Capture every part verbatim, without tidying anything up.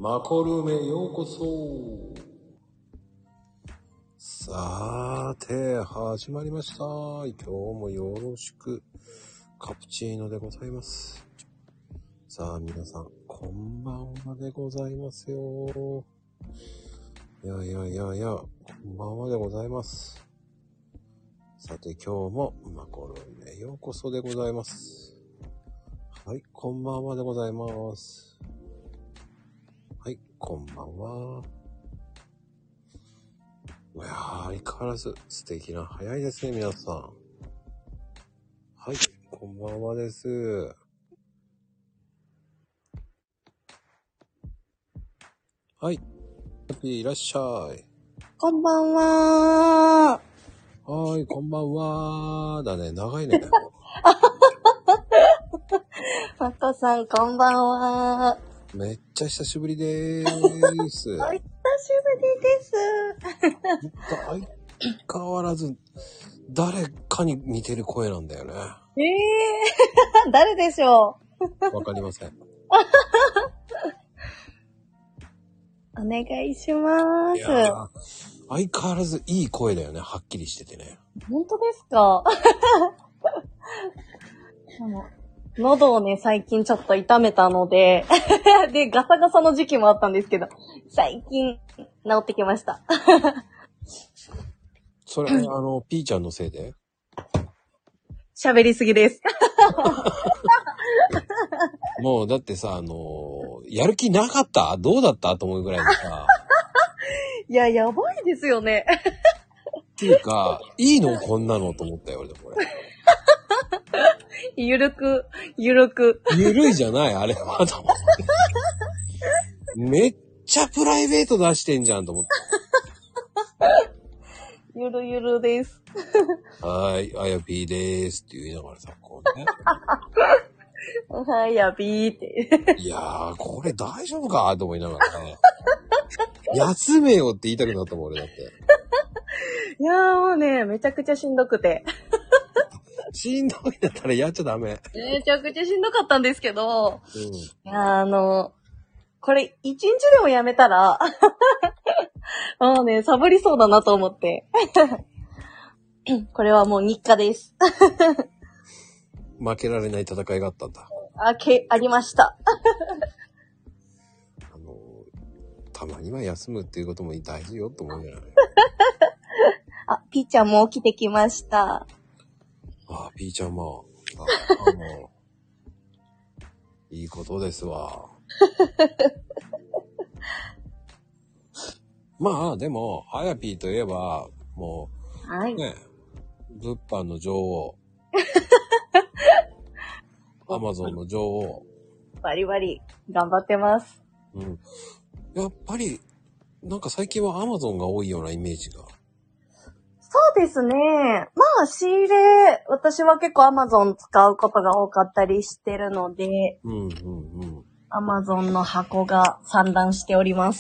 マコルームへようこそ。さーて、始まりました。今日もよろしく。カプチーノでございます。さあ、皆さん、こんばんはでございますよ。いやいやいやいや、こんばんはでございます。さて、今日もマコルームへようこそでございます。はい、こんばんはでございます。はい、こんばんは。いやー、相変わらず素敵な早いですね、皆さん。はい、こんばんはです。はい、ハッピーいらっしゃい。 こんばんはー。はーい、こんばんはー。だね、長いね。 マコさん、こんばんは。 めっちゃ久しぶりでーす。 お久しぶりです。 相変わらず誰かに似てる声なんだよね。 えー、誰でしょうわかりません。 お願いします。 いや相変わらずいい声だよね。はっきりしててね。 本当ですか？喉をね、最近ちょっと痛めたので、で、ガサガサの時期もあったんですけど、最近治ってきました。 それ、あの、ピーちゃんのせいで喋りすぎです。 もう、だってさ、あの、やる気なかったどうだったと思うぐらいでさ。 いや、やばいですよね。 っていうか、いいのこんなのと思ったよ、俺でもこれ。 ゆるく、ゆるく。 ゆるいじゃないあれは、と思って。めっちゃプライベート出してんじゃんと思って。 ゆるゆるです。 はい、あやぴーでーすって言いながらさ、こうね。 はい、やびーって。 いやー、これ大丈夫かと思いながらね。休めよって言いたくなったもん、俺だって。 いやーもうね、めちゃくちゃしんどくて。 しんどいんだったらやっちゃダメ。 めちゃくちゃしんどかったんですけど、 うん、いやあの、これ一日でもやめたら、もうね、サボりそうだなと思って。これはもう日課です。 負けられない戦いがあったんだ。 あ、け、ありました。 あの、たまには休むっていうことも大事よと思うんじゃない？ あ、ピーちゃんも起きてきました。 ああ、ピーちゃんも。ああのいいことですわ。まあ、でも、あやぴーといえば、もう、 はい。 ね、物販の女王。アマゾンの女王。 バリバリ、頑張ってます。 うん。やっぱり、なんか最近はアマゾンが多いようなイメージが。 そうですね。まあ、仕入れ、私は結構 Amazon 使うことが多かったりしてるので、 うんうんうん。 Amazon の箱が散乱しております。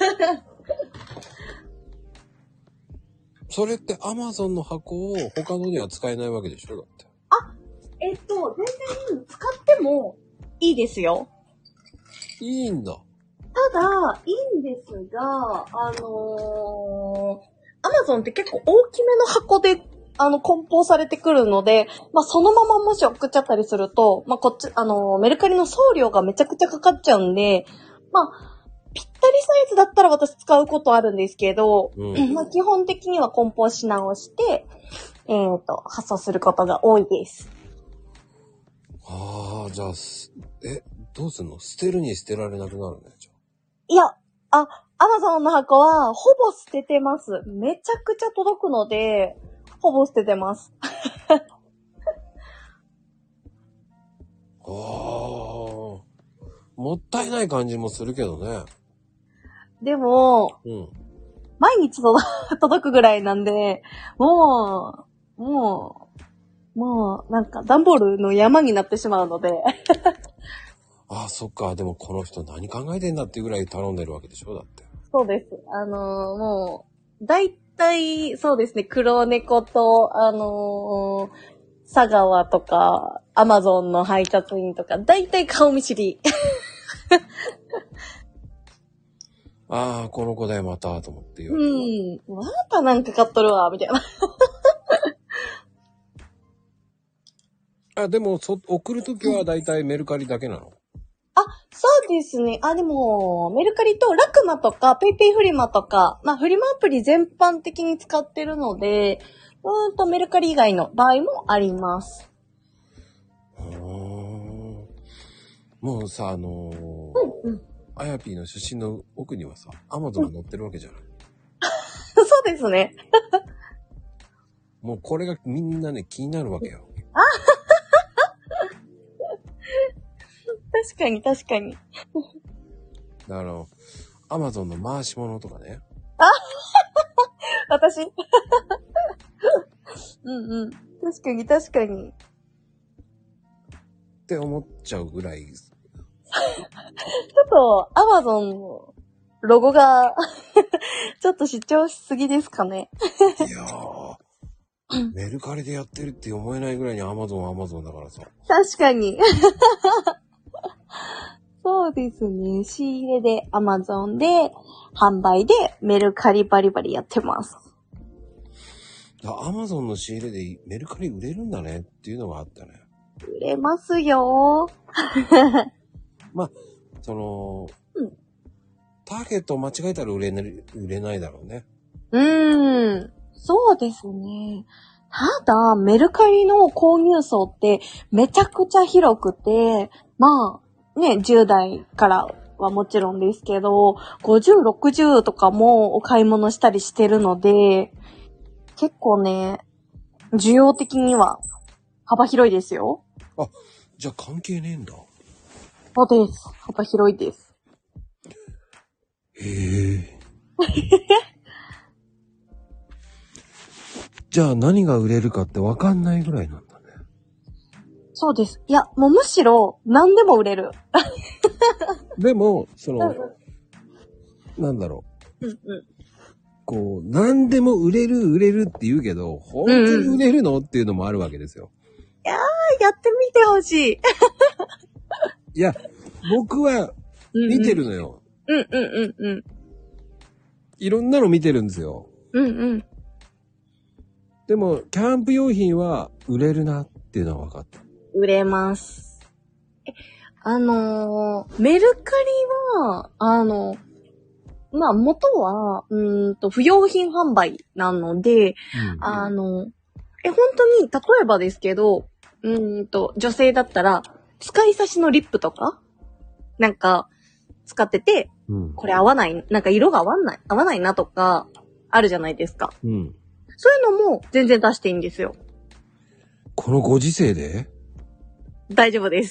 それって Amazon の箱を他のには使えないわけでしょだって。 あ、えっと、全然使ってもいいですよ。 いいんだ。 ただ、いいんですが、あのー、Amazon って結構大きめの箱で、あの、梱包されてくるので、まあ、そのままもし送っちゃったりすると、まあ、こっち、あのー、メルカリの送料がめちゃくちゃかかっちゃうんで、まあ、ぴったりサイズだったら私使うことあるんですけど、うん、まあ、基本的には梱包し直して、えっと、発送することが多いです。 ああ、じゃあ、え、どうすんの？捨てるに捨てられなくなるね、じゃあ。 いや、あ、Amazon の箱は、ほぼ捨ててます。めちゃくちゃ届くので、ほぼ捨ててます。 ああ、もったいない感じもするけどね。 でも、うん、毎日届くぐらいなんで、もう、もう、もう、なんか、段ボールの山になってしまうので。 ああ、そっか。でもこの人何考えてんだっていうぐらい頼んでるわけでしょだって。 そうです。あのー、もう、だいたい、そうですね、黒猫と、あのー、佐川とか、アマゾンの配達員とか、だいたい顔見知り。 ああ、この子だよ、また、と思って言うわれて。 ん。またなんか買っとるわ、みたいな。 あ、でも、そ、送るときはだいたいメルカリだけなの？ あ、そうですね。あ、でも、メルカリとラクマとか、ペイペイフリマとか、まあ、フリマアプリ全般的に使ってるので、うーんと、メルカリ以外の場合もあります。 うーん。もうさ、あのー、 うんうん。 あやぴーの写真の奥にはさ、アマゾンが載ってるわけじゃない。 そうですね。 もうこれがみんなね、気になるわけよ。 確かに、確かに。 だから、アマゾンの回し物とかね。 あ私うんうん。確かに、確かに。 って思っちゃうぐらい。 ちょっと、アマゾンのロゴが、ちょっと主張しすぎですかね。 いやー、メルカリでやってるって思えないぐらいにアマゾンはアマゾンだからさ。 確かに。そうですね。仕入れでアマゾンで、販売でメルカリバリバリやってます。 アマゾンの仕入れでメルカリ売れるんだねっていうのがあったね。 売れますよ。 まあ、その、 うん、 ターゲットを間違えたら売れない、売れないだろうね。 うーん。そうですね。ただ、メルカリの購入層ってめちゃくちゃ広くて、まあ、ね、じゅう代からはもちろんですけど、ごじゅう、ろくじゅうとかもお買い物したりしてるので、結構ね、需要的には幅広いですよ。 あ、じゃあ関係ねえんだ。 そうです。幅広いです。 へえ。じゃあ何が売れるかって分かんないぐらいなんだね。 そうです。いや、もうむしろ何でも売れる。 でも、その、なんだろう。うんうん。こう、何でも売れる売れるって言うけど、本当に売れるの、うん、っていうのもあるわけですよ。 いやー、やってみてほしい。 いや、僕は見てるのよ。 うんうんうんうん。 いろんなの見てるんですよ。 うんうん。 でも、キャンプ用品は売れるなっていうのは分かった。 売れます。え、あのー、メルカリは、あの、まあ、元は、うーんと、不用品販売なので、うん、あの、え、本当に、例えばですけど、うーんと、女性だったら、使い差しのリップとか、なんか、使ってて、うん、これ合わない、なんか色が合わない、合わないなとか、あるじゃないですか。うん。そういうのも全然出していいんですよ。 このご時世で？ 大丈夫です。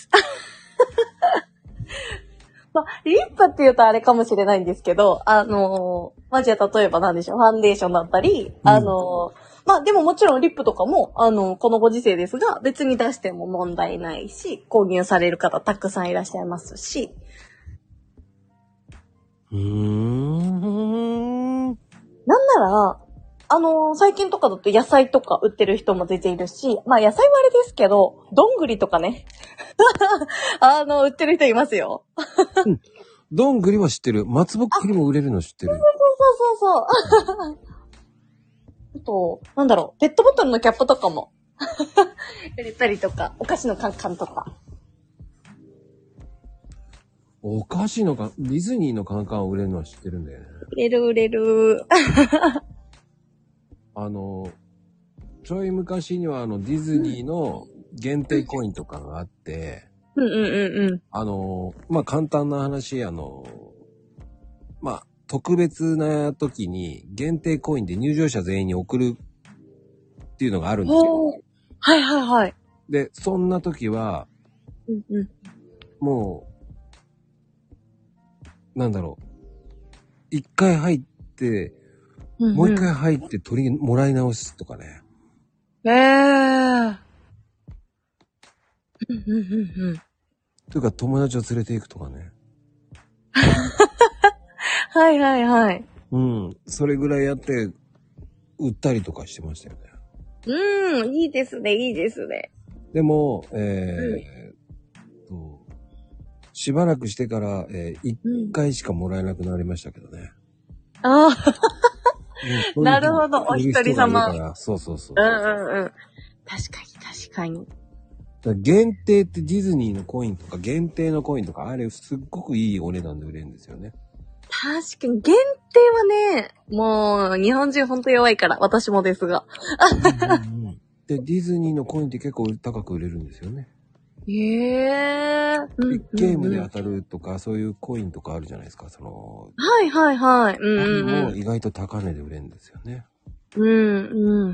まあ、リップって言うとあれかもしれないんですけど、あのー、まあ、じゃあ例えば何でしょう、ファンデーションだったり、うん、あのー、まあ、でももちろんリップとかも、あのー、このご時世ですが、別に出しても問題ないし、購入される方たくさんいらっしゃいますし。 うーん。 なんなら、あのー、最近とかだと野菜とか売ってる人も全然いるし、まあ野菜はあれですけど、どんぐりとかね。あの、売ってる人いますよ。 うん。どんぐりは知ってる。松ぼっくりも売れるの知ってる。 そうそうそうそう。あと、なんだろう、ペットボトルのキャップとかも売れたりとか、お菓子のカンカンとか。 お菓子のカン、ディズニーのカンカンを売れるのは知ってるんだよね。 売れる売れる。 あの、ちょい昔にはあのディズニーの限定コインとかがあって、 うんうんうんうん。 あの、まあ、簡単な話、あの、まあ、特別な時に限定コインで入場者全員に送るっていうのがあるんですよ。 はいはいはい。 で、そんな時は、 うんうん、 もう、なんだろう。一回入って、うんうん、もう一回入って取り、もらい直すとかね。 へー。うんうんうんうん。 というか友達を連れて行くとかね。 はいはいはい。 うん。それぐらいやって、売ったりとかしてましたよね。 うん、いいですね、いいですね。 でも、えー、うん、と、 しばらくしてから、えー、いっかいしかもらえなくなりましたけどね。 ああ。なるほど、お一人様。 そうそうそう。 うんうんうん。確かに確かに。 だ限定ってディズニーのコインとか限定のコインとか、あれすっごくいいお値段で売れるんですよね。 確かに限定はね、もう日本人ほんと弱いから、私もですが。 うんうん、で、ディズニーのコインって結構高く売れるんですよね。 へえー。 うん、ゲームで当たるとか、そういうコインとかあるじゃないですか。そのはいはいはい。うんうん、 うん。も意外と高値で売れるんですよね。 うんうんうん。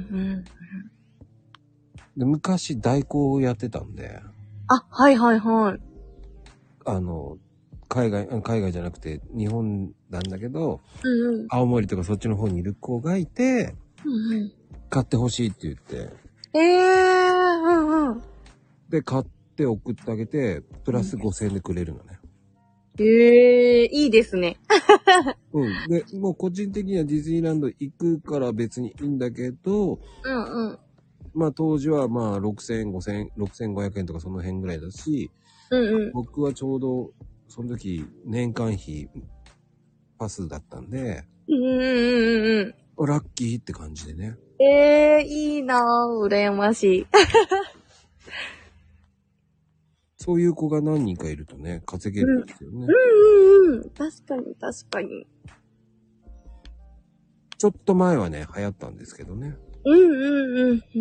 で、昔代行をやってたんで。 あ、はいはいはい。 あの、海外、海外じゃなくて日本なんだけど、 うんうん、 青森とかそっちの方にいる子がいて、 うんうん、 買ってほしいって言って。 ええー、うんうん。 で、買って送ってあげて、プラスごせんえんでくれるのね。 ええー、いいですね。 うん。で、もう個人的にはディズニーランド行くから別にいいんだけど、 うんうん。 まあ当時はまあろくせんえん、ごせんえん、ろくせんごひゃくえんとかその辺ぐらいだし、 うんうん、 僕はちょうどその時年間費パスだったんで、 うんうんうんうん。 ラッキーって感じでね。 ええー、いいなぁ、羨ましい。 そういう子が何人かいるとね、稼げるんですよね。うん、 うんうんうん。確かに確かに。 ちょっと前はね、流行ったんですけどね。 うんうんうんうん。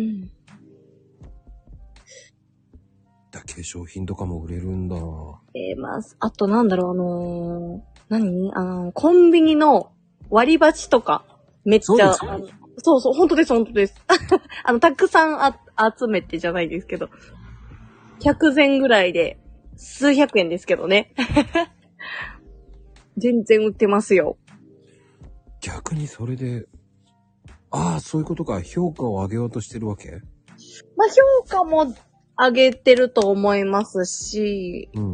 だ化粧品とかも売れるんだ。 えー、まあ、あとなんだろう、あのー、何あのー、コンビニの割り箸とか、めっちゃ、 そうですよ。 そうそう、本当です、本当です。あの、たくさんあ集めてじゃないですけど、ひゃくぜんぐらいで、数百円ですけどね。全然売ってますよ。 逆にそれで、ああ、そういうことか、評価を上げようとしてるわけ？ まあ、評価も上げてると思いますし、 うん。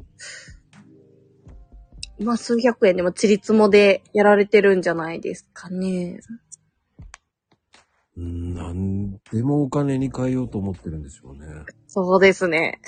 まあ、数百円でもちりつもでやられてるんじゃないですかね。 うん、なんでもお金に変えようと思ってるんでしょうね。 そうですね。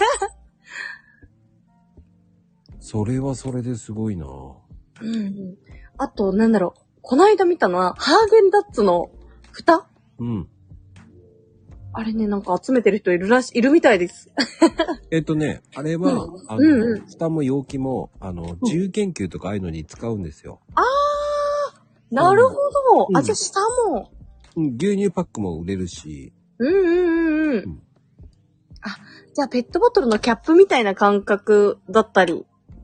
それはそれですごいな。 うん、うん。あと、なんだろう。この間見たのは、ハーゲンダッツの蓋？ うん。 あれね、なんか集めてる人いるらしい、いるみたいです。 えっとね、あれは、うん、あの、うんうん、蓋も容器も、あの、自由研究とかああいうのに使うんですよ。 あー、なるほど。うん、あ、じゃあ下も。 うん、牛乳パックも売れるし。 うんうんうんうん。あ、じゃあペットボトルのキャップみたいな感覚だったり。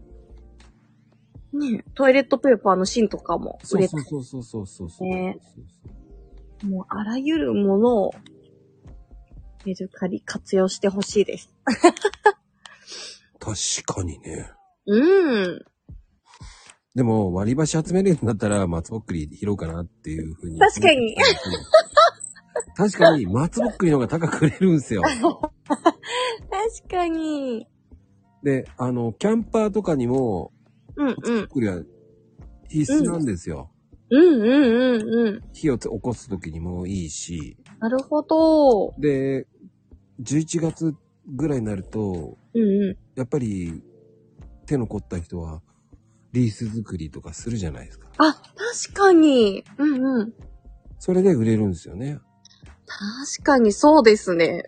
ね、トイレットペーパーの芯とかも売れてる。 そうそうそうそうそうそう。 ね、もうあらゆるものをメルカリ活用してほしいです。 確かにね。 うん。 でも割り箸集めるんだったら松ぼっくり拾うかなっていうふうに。 確かに。 確かに松ぼっくりの方が高く売れるんですよ。 確かに。 で、あの、キャンパーとかにも、 うんうん。 松ぼっくりは必須なんですよ。 うんうんうんうん。 火を起こすときにもいいし。 なるほど。 で、じゅういちがつぐらいになると、 うんうん、 やっぱり手の凝った人はリース作りとかするじゃないですか。 あ、確かに。うんうん。 それで売れるんですよね。 確かにそうですね。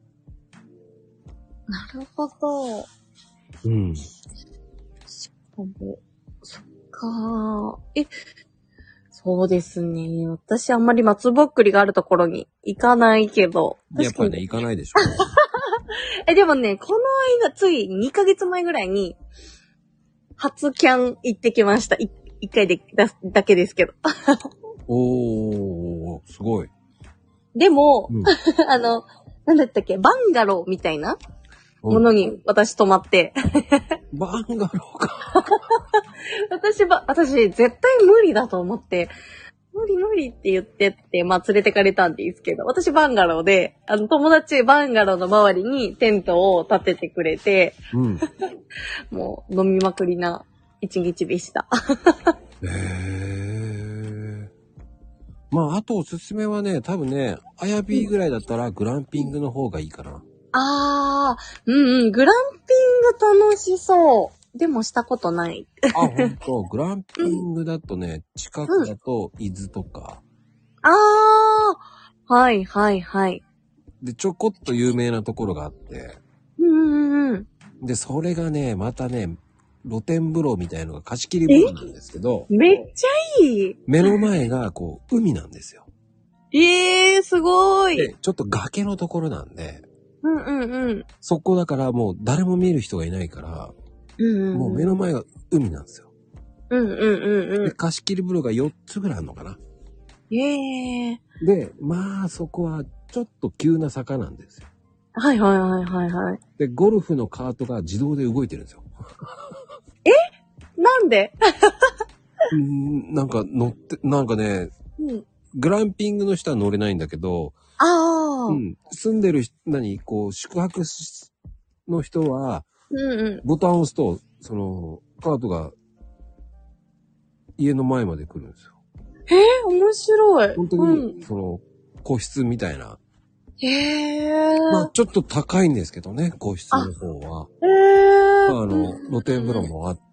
なるほど。 うん。 しかも、そっかー。え、そうですね。私あんまり松ぼっくりがあるところに行かないけど。 やっぱね、行かないでしょ。 え、でもね、この間、ついにかげつまえぐらいに、初キャン行ってきました。い一回でだ、だけですけど。 おー、すごい。 でも、 うん、 あの、なんだったっけ、バンガローみたいなものに私泊まって。 バンガローか。 私ば、私絶対無理だと思って、無理無理って言ってって、まあ連れてかれたんですけど、私バンガローで、あの友達バンガローの周りにテントを立ててくれて、うん、もう飲みまくりな一日でした。 へー。まああとおすすめはね、多分ね、アヤビーぐらいだったらグランピングの方がいいかな。 あー、うんうん、グランピング楽しそう。でもしたことない。 あ、ほんと。グランピングだとね、近くだと伊豆とか。 ああ、はいはいはい。 で、ちょこっと有名なところがあって。 うんうんうん。 で、それがね、またね、露天風呂みたいのが貸し切り風呂なんですけど。 めっちゃいい。 目の前がこう、海なんですよ。 ええー、すごい。 で、ちょっと崖のところなんで。 うんうんうん。 そこだからもう誰も見る人がいないから、 うんうんうん、 もう目の前が海なんですよ。 うんうんうんうん。 で、貸し切り風呂がよっつぐらいあるのかな。 ええー。 で、まあそこはちょっと急な坂なんですよ。 はいはいはいはいはい。 で、ゴルフのカートが自動で動いてるんですよ。 え？なんで？ うーん、なんか乗って、なんかね、うん、グランピングの人は乗れないんだけど、 ああ。 うん。住んでる人、何、こう、宿泊の人は、 うんうん。 ボタンを押すと、その、カートが、家の前まで来るんですよ。 へえ、面白い。 本当に、うん、その、個室みたいな。 へえ。 まあ、ちょっと高いんですけどね、個室の方は。 へえ。 あの、露天風呂もあって、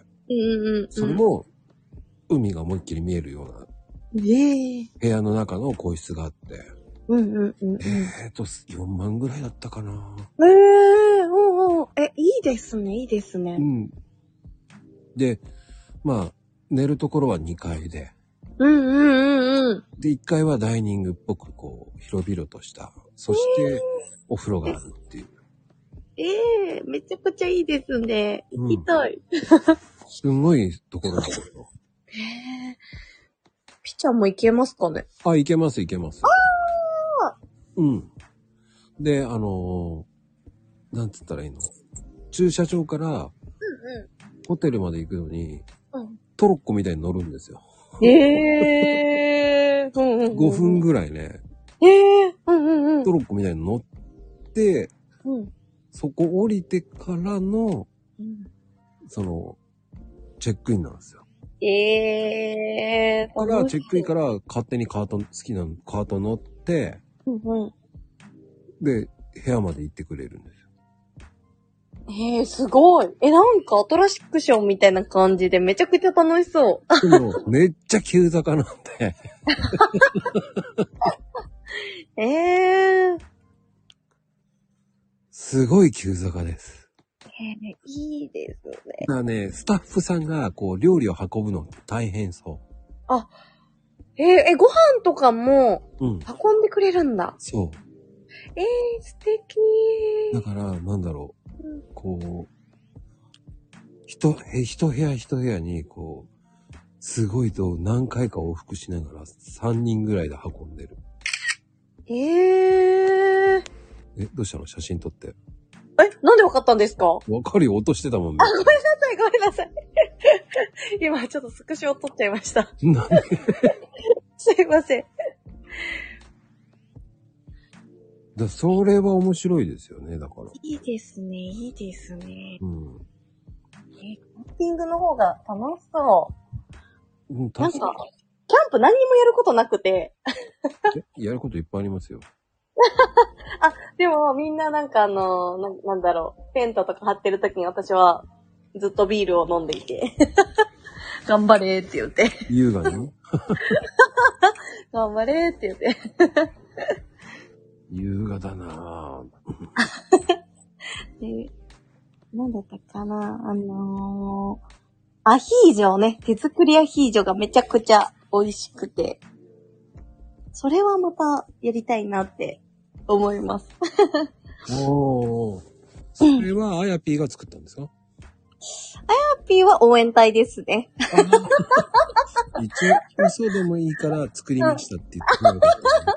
うんうんうん。 それも、海が思いっきり見えるような、 ええ。 部屋の中の個室があって、 うんうんうん、うん。 えーと、よんまんぐらいだったかな。 ええー、うんうん。え、いいですね、いいですね。 うん。で、まあ、寝るところはにかいで。 うんうんうんうん。 で、いっかいはダイニングっぽく、こう、広々とした。そして、お風呂があるっていう。 ええー、めちゃくちゃいいですね。行きたい。うん、 すんごいところだけど。 へえ。ピちゃんも行けますかね？ あ、行けます行けます。 ああ。 うん。で、あのー、なんつったらいいの？駐車場から、うんうん、ホテルまで行くのに、うん、トロッコみたいに乗るんですよ。 ええー。うんうんうん、 ごふんぐらいね。 ええー。うんうんうん。 トロッコみたいに乗って、うん、そこ降りてからの、うん、その、チェックインなんですよ。 ええー。 だから、チェックインから勝手にカート、好きなカート乗って、うんうん、で、部屋まで行ってくれるんですよ。 えー、すごい。え、なんかアトラクションみたいな感じでめちゃくちゃ楽しそう。 でも、めっちゃ急坂なんで。 えー。 すごい急坂です。 えー、いいですね。 だからね、スタッフさんがこう料理を運ぶの大変そう。 あ、えー、え、ご飯とかも運んでくれるんだ。うん、 そう。 えー、素敵。 だから、なんだろう。うん、こう、一、一部屋一部屋に、こう、すごいと何回か往復しながらさんにんぐらいで運んでる。 えー。 え、どうしたの？写真撮って。 え、なんでわかったんですか？わかるよ、落としてたもんね。 あ、ごめんなさい、ごめんなさい。今ちょっとスクショを撮っちゃいました。 なんですいません。 だそれは面白いですよね、だから。 いいですね、いいですね。 うん。 え、キャンピングの方が楽しそう。うん、なんか、キャンプ何にもやることなくて。 やることいっぱいありますよ。 あ、でもみんななんかあのな、なんだろう、テントとか張ってる時に私はずっとビールを飲んでいて。頑張れーって言って。 優雅に頑張れーって言って。 優雅だなぁ。 で、なんだったかなあのー、アヒージョね、手作りアヒージョがめちゃくちゃ美味しくて、それはまたやりたいなって思います。 おー。それはあやぴーが作ったんですか？ あやぴーは応援隊ですね。 一応、嘘でもいいから作りましたって言ってもらった、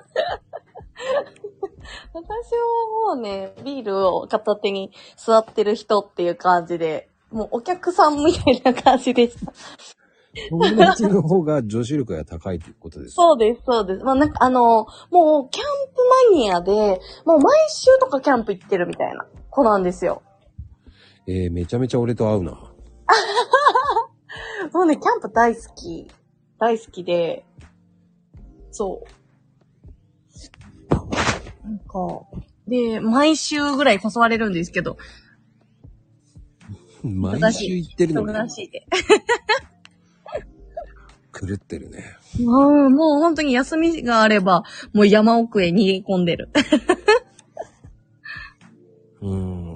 ね。 私はもうね、ビールを片手に座ってる人っていう感じで、もうお客さんみたいな感じでした。 友達の方が女子力が高いということです。 そうです、そうです。まあなんかあの、もうキャンプマニアで、もう毎週とかキャンプ行ってるみたいな子なんですよ。 えー、めちゃめちゃ俺と合うな。 もうね、キャンプ大好き。大好きで、そう。なんか、で、毎週ぐらい誘われるんですけど、 毎週行ってるのに。 忙しいで。 狂ってるね。 もう、もう本当に休みがあれば、もう山奥へ逃げ込んでる。 うん。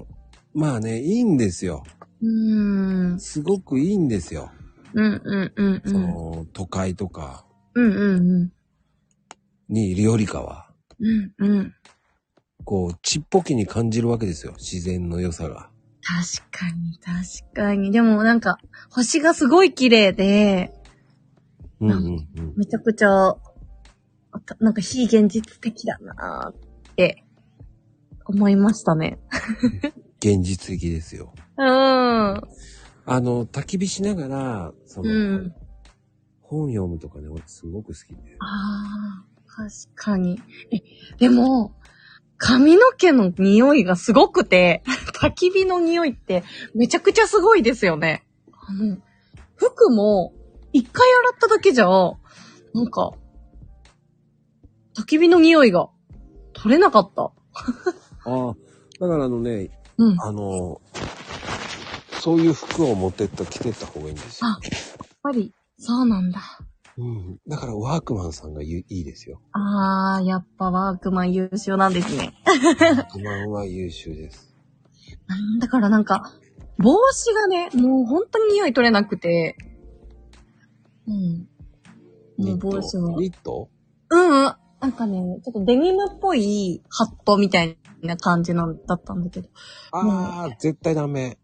まあね、いいんですよ。 うーん。 すごくいいんですよ。 うんうんうんうん。 その、都会とかうんうんうん。 にいるよりかは、 うんうん。 こう、ちっぽけに感じるわけですよ。自然の良さが。 確かに、確かに。でもなんか、星がすごい綺麗で、 うんうんうん。 めちゃくちゃ、たなんか非現実的だなーって思いましたね。 現実的ですよ。 うん。 あの、焚き火しながら、その、 うん。 本読むとかね、俺すごく好きで。 ああ、確かに。え、でも、髪の毛の匂いがすごくて、焚き火の匂いってめちゃくちゃすごいですよね。あの、服も一回洗っただけじゃ、なんか、焚き火の匂いが取れなかった。 ああ、だからあのね、 うん。 あの、そういう服を持ってった着てった方がいいんですよ。 あ、やっぱり、そうなんだ。 うん。だからワークマンさんがいいですよ。 あー、やっぱワークマン優秀なんですね。 ワークマンは優秀です。 だからなんか、帽子がね、もう本当に匂い取れなくて、うん。もう帽子も。 ニットうんうん。なんかね、ちょっとデニムっぽいハットみたいな感じのだったんだけど。 ああ、絶対ダメ。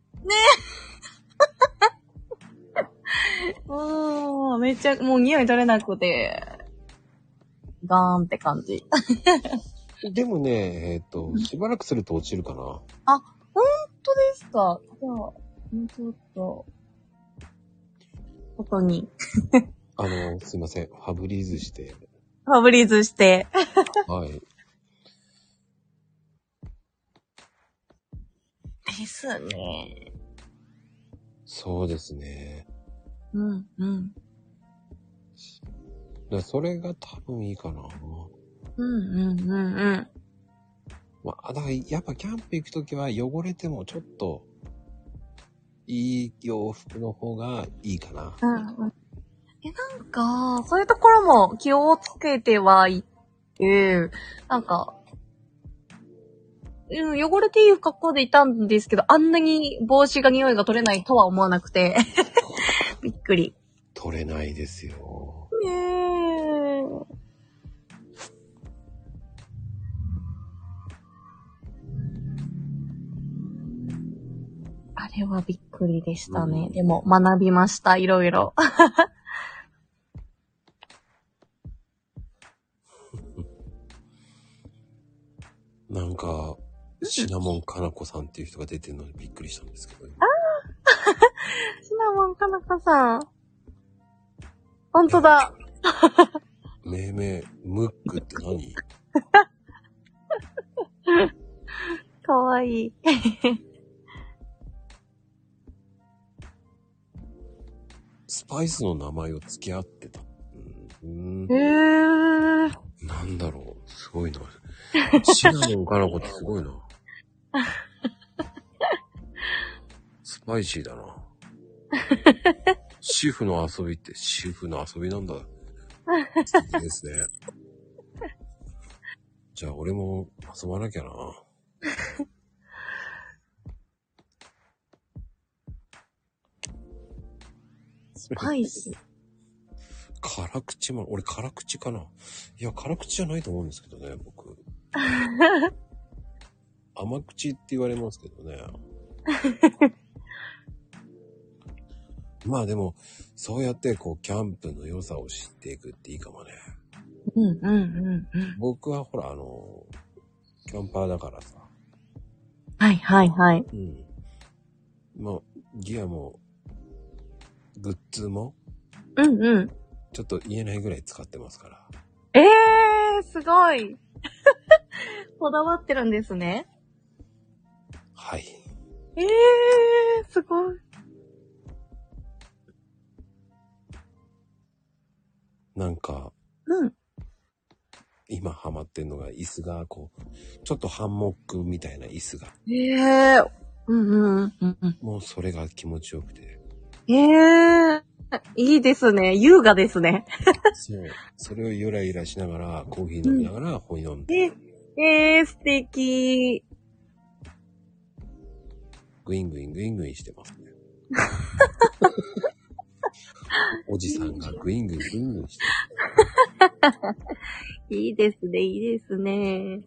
うん、めっちゃ、もう匂い取れなくて、ガーンって感じ。 でもね、えっと、しばらくすると落ちるかな。 あ、ほんとですか。じゃあ、もうちょっと、外に。 あの、すいません。ファブリーズして。 ファブリーズして。 はい。 ですね。 そうですね。 うん、うん。 だそれが多分いいかな。 うん、うん、うん、うん。 まあ、だからやっぱキャンプ行くときは汚れてもちょっと、いい洋服の方がいいかな。 うん、うん。え、なんか、そういうところも気をつけてはいて、なんか、うん、汚れていい格好でいたんですけど、あんなに帽子が匂いが取れないとは思わなくて。びっくり。 取れないですよ。 ねえ。あれはびっくりでしたね。 うん、 でも学びました、いろいろ。 なんか、シナモンかなこさんっていう人が出てるのにびっくりしたんですけど。 あーシナモンかなこさん。ほんとだ。 命名、ムックって何？ かわいい。 スパイスの名前を付き合ってた。うん、 へー。 なんだろう。すごいな。シナモンかなこってすごいな。スパイシーだな。主婦の遊びって主婦の遊びなんだ。いいですね。じゃあ俺も遊ばなきゃな。 スパイス。 辛口も、俺辛口かな。いや、辛口じゃないと思うんですけどね、僕。甘口って言われますけどね。まあでも、そうやってこう、キャンプの良さを知っていくっていいかもね。 うんうんうんうん。 僕はほら、あの、キャンパーだからさ。 はいはいはい。 うん。まあ、ギアも、グッズも、 うんうん。 ちょっと言えないぐらい使ってますから。 えー、すごい。こだわってるんですね。 はい。 えー、すごい。 なんか、 うん。 今ハマってんのが椅子がこう、ちょっとハンモックみたいな椅子が。 えー、 うんうんうんうん。 もうそれが気持ちよくて。 ええー、いいですね。優雅ですね。 そう。それをゆらゆらしながら、コーヒー飲みながら本読んで。 え、えー、素敵。 グイングイングイングインしてますね。おじさんがグイングイングイングインしてます。 いいですね、いいですね。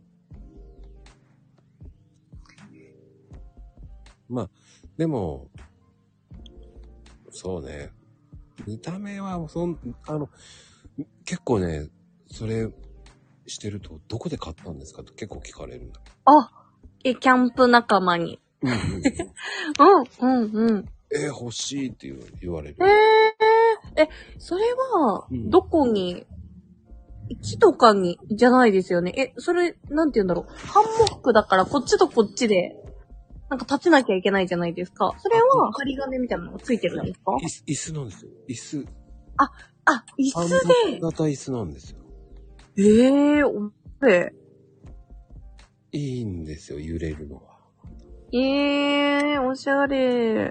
まあ、でも、そうね。見た目は、そん、あの、結構ね、それしてると、どこで買ったんですかって結構聞かれるんだけど。 あ、え、キャンプ仲間に。 うんうん、 うん、うん、うん。 えー、欲しいって言う言われる。 えー、え、それは、どこに、木とかに、じゃないですよね。え、それ、なんて言うんだろう。ハンモックだから、こっちとこっちで、なんか立てなきゃいけないじゃないですか。それは、針金みたいなのがついてるんですか？ 椅子、椅子なんですよ。椅子。 あ、あ、椅子で。 ハンモック型椅子なんですよ。 ええー、おれ。 いいんですよ、揺れるのは。 ええー、おしゃれ。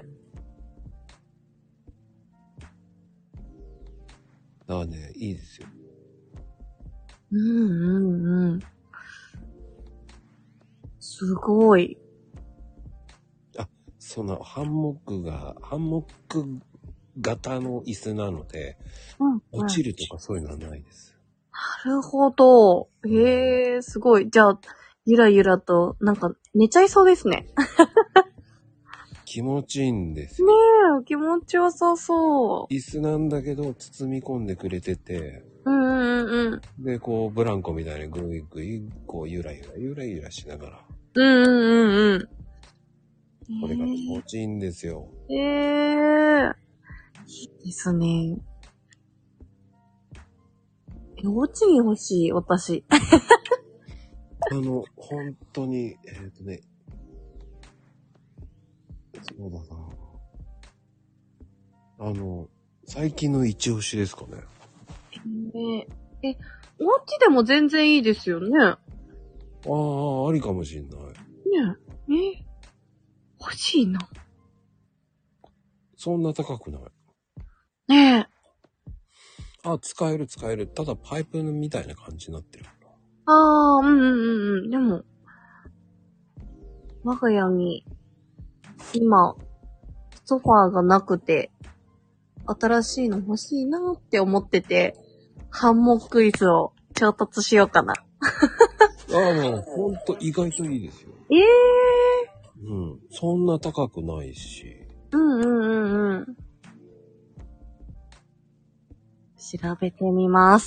だからね、いいですよ。 うんうんうん。すごい。 あ、そのハンモックが、ハンモック型の椅子なので、 うん、 落ちるとかそういうのはないです。 なるほど。へえ、すごい。じゃあ、ゆらゆらと、なんか、寝ちゃいそうですね。 気持ちいいんですよ。 ねえ、気持ちよさそう。 椅子なんだけど、包み込んでくれてて、 うんうんうん。 で、こう、ブランコみたいにぐいぐい、こう、ゆらゆら、ゆらゆらしながら。 うんうんうんうん。 これが気持ちいいんですよ。 ええー、いいですね。え、お家に欲しい、私。 あの、本当に、えっとね、そうだな。あの、最近の一押しですかね。 ねえ、え、お家でも全然いいですよね。 ああ、ありかもしんない。 ねえ、え、欲しいな。 そんな高くない。 ねえ。 あ、使える使える。ただパイプみたいな感じになってる。 ああ、うんうんうんうん。でも、我が家に、今、ソファーがなくて、新しいの欲しいなーって思ってて、ハンモック椅子を調達しようかな。 ああ、もうほんと意外といいですよ。 ええー。うん。そんな高くないし。 うんうんうんうん。調べてみます。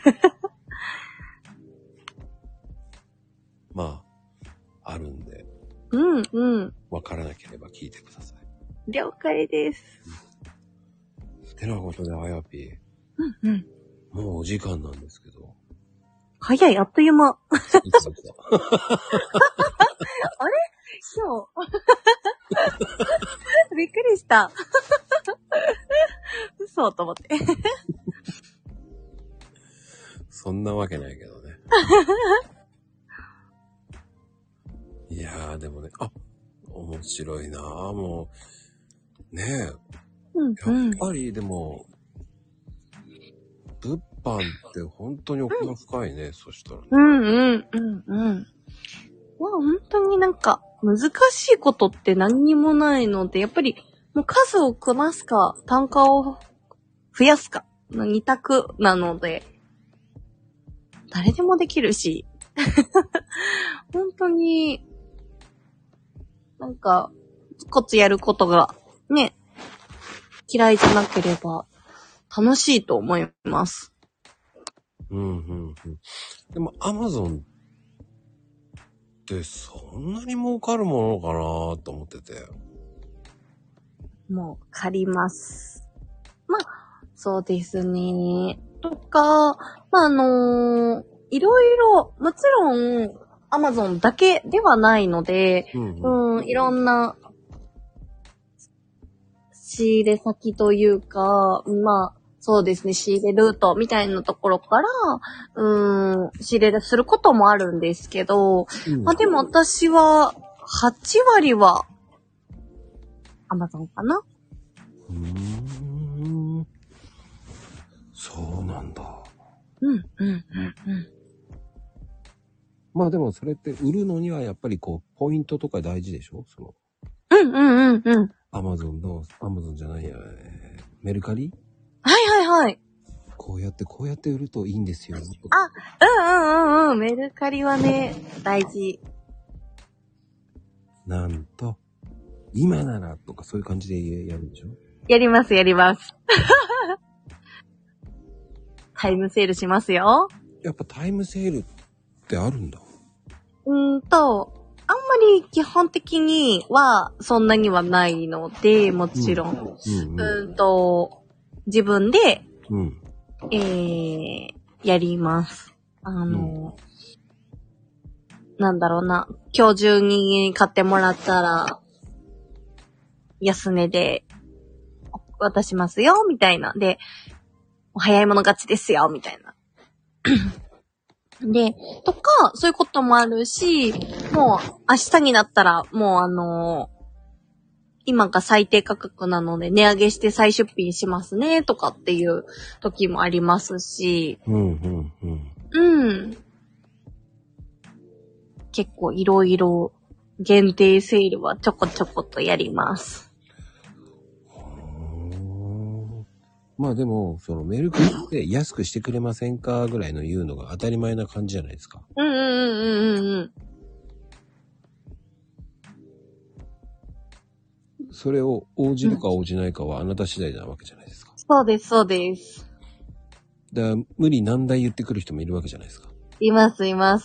まあ、あるんで。 うんうん。 わからなければ聞いてください。 了解です。 てなことで、あやぴー。 うんうん。 もうお時間なんですけど。 早い、あっという間。あれ今日。びっくりした。嘘と思って。 そんなわけないけどね。いやー、でもね、あ、面白いなー、もう。ねえ。 うんうん、 やっぱりでも、物販って本当に奥が深いね、うん、そしたらね。 うんうんうんうん。まあ本当になんか難しいことって何にもないので、やっぱりもう数をこなすか、単価を増やすかの二択なので、誰でもできるし、本当に、なんか、コツやることがね、嫌いじゃなければ楽しいと思います。 うんうんうん。でも Amazon ってそんなに儲かるものかなと思ってて。 もう借ります。まあ、そうですね。とか、まああのー、いろいろ、もちろん Amazon だけではないので、うん、うんうん、いろんな仕入れ先というか、まあ、そうですね、仕入れルートみたいなところから、うーん、仕入れすることもあるんですけど、うん、まあでも私は、はち割は Amazon かな。 うーん。そうなんだ。 うん、うん、うん、うん。 まあでもそれって売るのにはやっぱりこう、ポイントとか大事でしょ？その。 うん、うん、うん、うん。 アマゾンの、アマゾンじゃないや、えー、メルカリ？ はいはいはい。 こうやってこうやって売るといいんですよ。 あ、うんうんうんうん。メルカリはね、大事。 なんと、今ならとかそういう感じでやるんでしょ？ やりますやります。タイムセールしますよ。 やっぱタイムセールってあるんだ。 うーんと、あんまり基本的にはそんなにはないので、もちろん。うん、うん、うん、と、自分で、うん、えー、やります。あの、うん、なんだろうな、今日中に買ってもらったら、安値で渡しますよ、みたいな。で、早い者勝ちですよ、みたいな。で、とか、そういうこともあるし、もう明日になったら、もうあのー、今が最低価格なので値上げして再出品しますね、とかっていう時もありますし、うんうんうん。うん。結構いろいろ限定セールはちょこちょことやります。 まあでも、そのメルカリって安くしてくれませんかぐらいの言うのが当たり前な感じじゃないですか。 うんうんうんうんうん。 それを応じるか応じないかはあなた次第なわけじゃないですか。 そうですそうです。 だから無理難題言ってくる人もいるわけじゃないですか。 いますいます。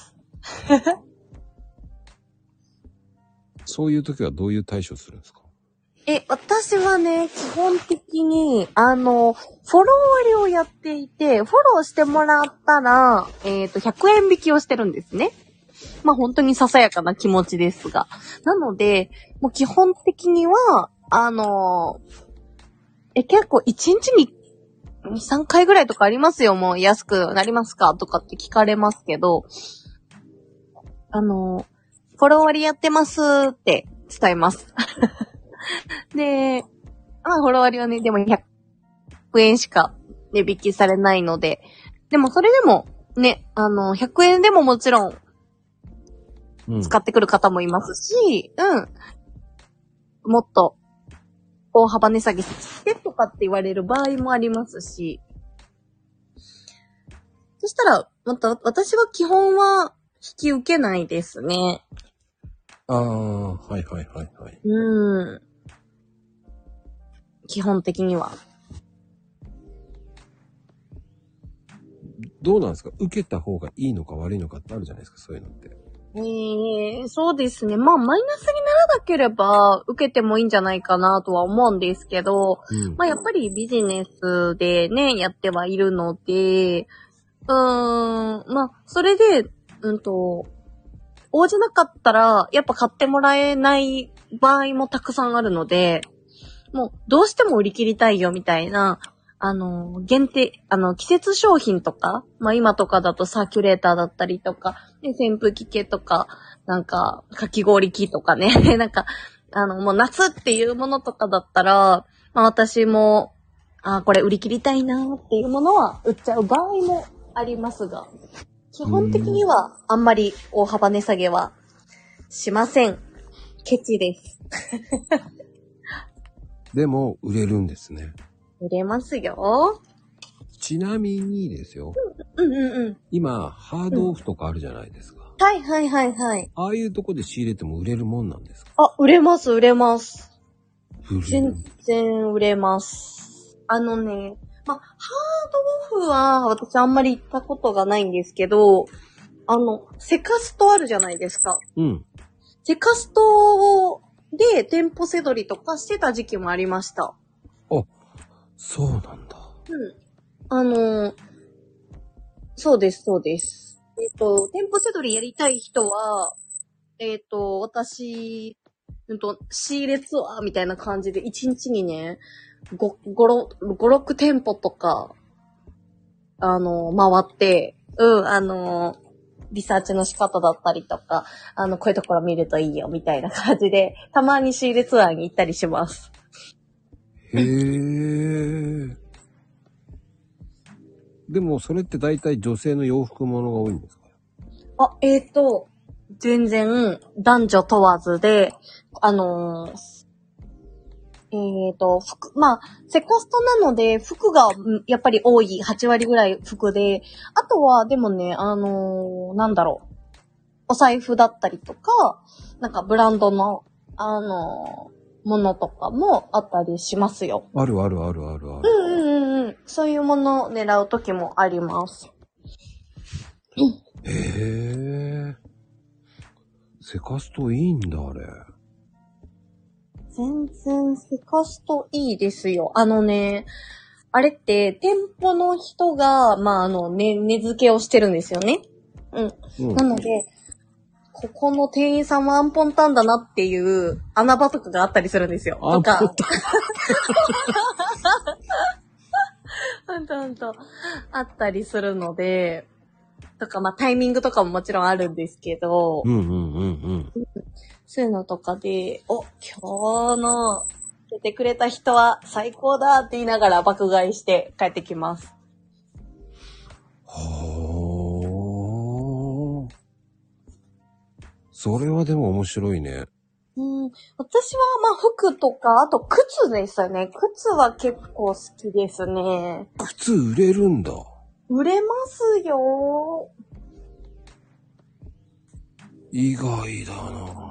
そういう時はどういう対処するんですか？ え、私はね、基本的に、あの、フォロー割りをやっていて、フォローしてもらったら、えっと、ひゃくえん引きをしてるんですね。まあ本当にささやかな気持ちですが。なので、もう基本的には、あの、え、結構いちにちにに、さんかいぐらいとかありますよ。もう安くなりますかとかって聞かれますけど、あの、フォロー割りやってますって伝えます。で、まあ、フォロー割はね、でもひゃくえんしか値引きされないので、でもそれでも、ね、あの、ひゃくえんでももちろん、使ってくる方もいますし、うん、うん、もっと、大幅値下げしてとかって言われる場合もありますし、そしたら、また、私は基本は引き受けないですね。 ああ、はいはいはいはい。 うん。基本的には。 どうなんですか？受けた方がいいのか悪いのかってあるじゃないですか、そういうのって。 ええー、そうですね。まあ、マイナスにならなければ、受けてもいいんじゃないかなとは思うんですけど、うん、まあ、やっぱりビジネスでね、やってはいるので、うーん、まあ、それで、うんと、応じなかったら、やっぱ買ってもらえない場合もたくさんあるので、もう、どうしても売り切りたいよみたいな、あの、限定、あの、季節商品とか、まあ今とかだとサーキュレーターだったりとか、ね、扇風機系とか、なんか、かき氷機とかね、なんか、あの、もう夏っていうものとかだったら、まあ私も、あ、これ売り切りたいなっていうものは売っちゃう場合もありますが、基本的にはあんまり大幅値下げはしません。ケチです。 でも、売れるんですね。 売れますよ。 ちなみにですよ。 うんうんうん。 今、ハードオフとかあるじゃないですか。 うん、はいはいはいはい。 ああいうとこで仕入れても売れるもんなんですか？ あ、売れます売れます。 売れる。 全然売れます。あのね、まあ、ハードオフは私あんまり行ったことがないんですけど、あの、セカストあるじゃないですか。うん。セカストで店舗せどりとかしてた時期もありました。 あ、そうなんだ。 うん。あの、そうです、そうです。えっと、店舗せどりやりたい人は、えっと、私、うんと、仕入れツアーみたいな感じで、いちにちにね、ご、ご、ろく店舗とか、あの、回って、うん、あの、 リサーチの仕方だったりとか、あの、こういうところ見るといいよ、みたいな感じで、たまに仕入れツアーに行ったりします。 へー。でも、それって大体女性の洋服ものが多いんですか？ あ、えーと、全然男女問わずで、あのー、えーと、服、まあ、セカストなので、服がんやっぱり多い、はち割ぐらい服で、あとは、でもね、あのー、なんだろう、お財布だったりとか、なんかブランドの、あのー、ものとかもあったりしますよ。 あるあるあるあるある。 うんうんうんうん。そういうものを狙う時もあります。 へー。セカストいいんだ、あれ。 全然セカストいいですよ。あのね、あれって店舗の人が、まあ、あの、ね、値付けをしてるんですよね。うん。うん、なので、ここの店員さんはアンポンタンだなっていう穴場とかがあったりするんですよ。 アンポンタン。 ほんとほんと。あったりするので、とか、まあ、タイミングとかももちろんあるんですけど、 うんうんうんうん。 そういうのとかで、お、今日の出てくれた人は最高だって言いながら爆買いして帰ってきます。 はあ。それはでも面白いね。 うん、私はまあ服とか、あと靴ですよね。靴は結構好きですね。 靴売れるんだ。 売れますよ。 意外だな。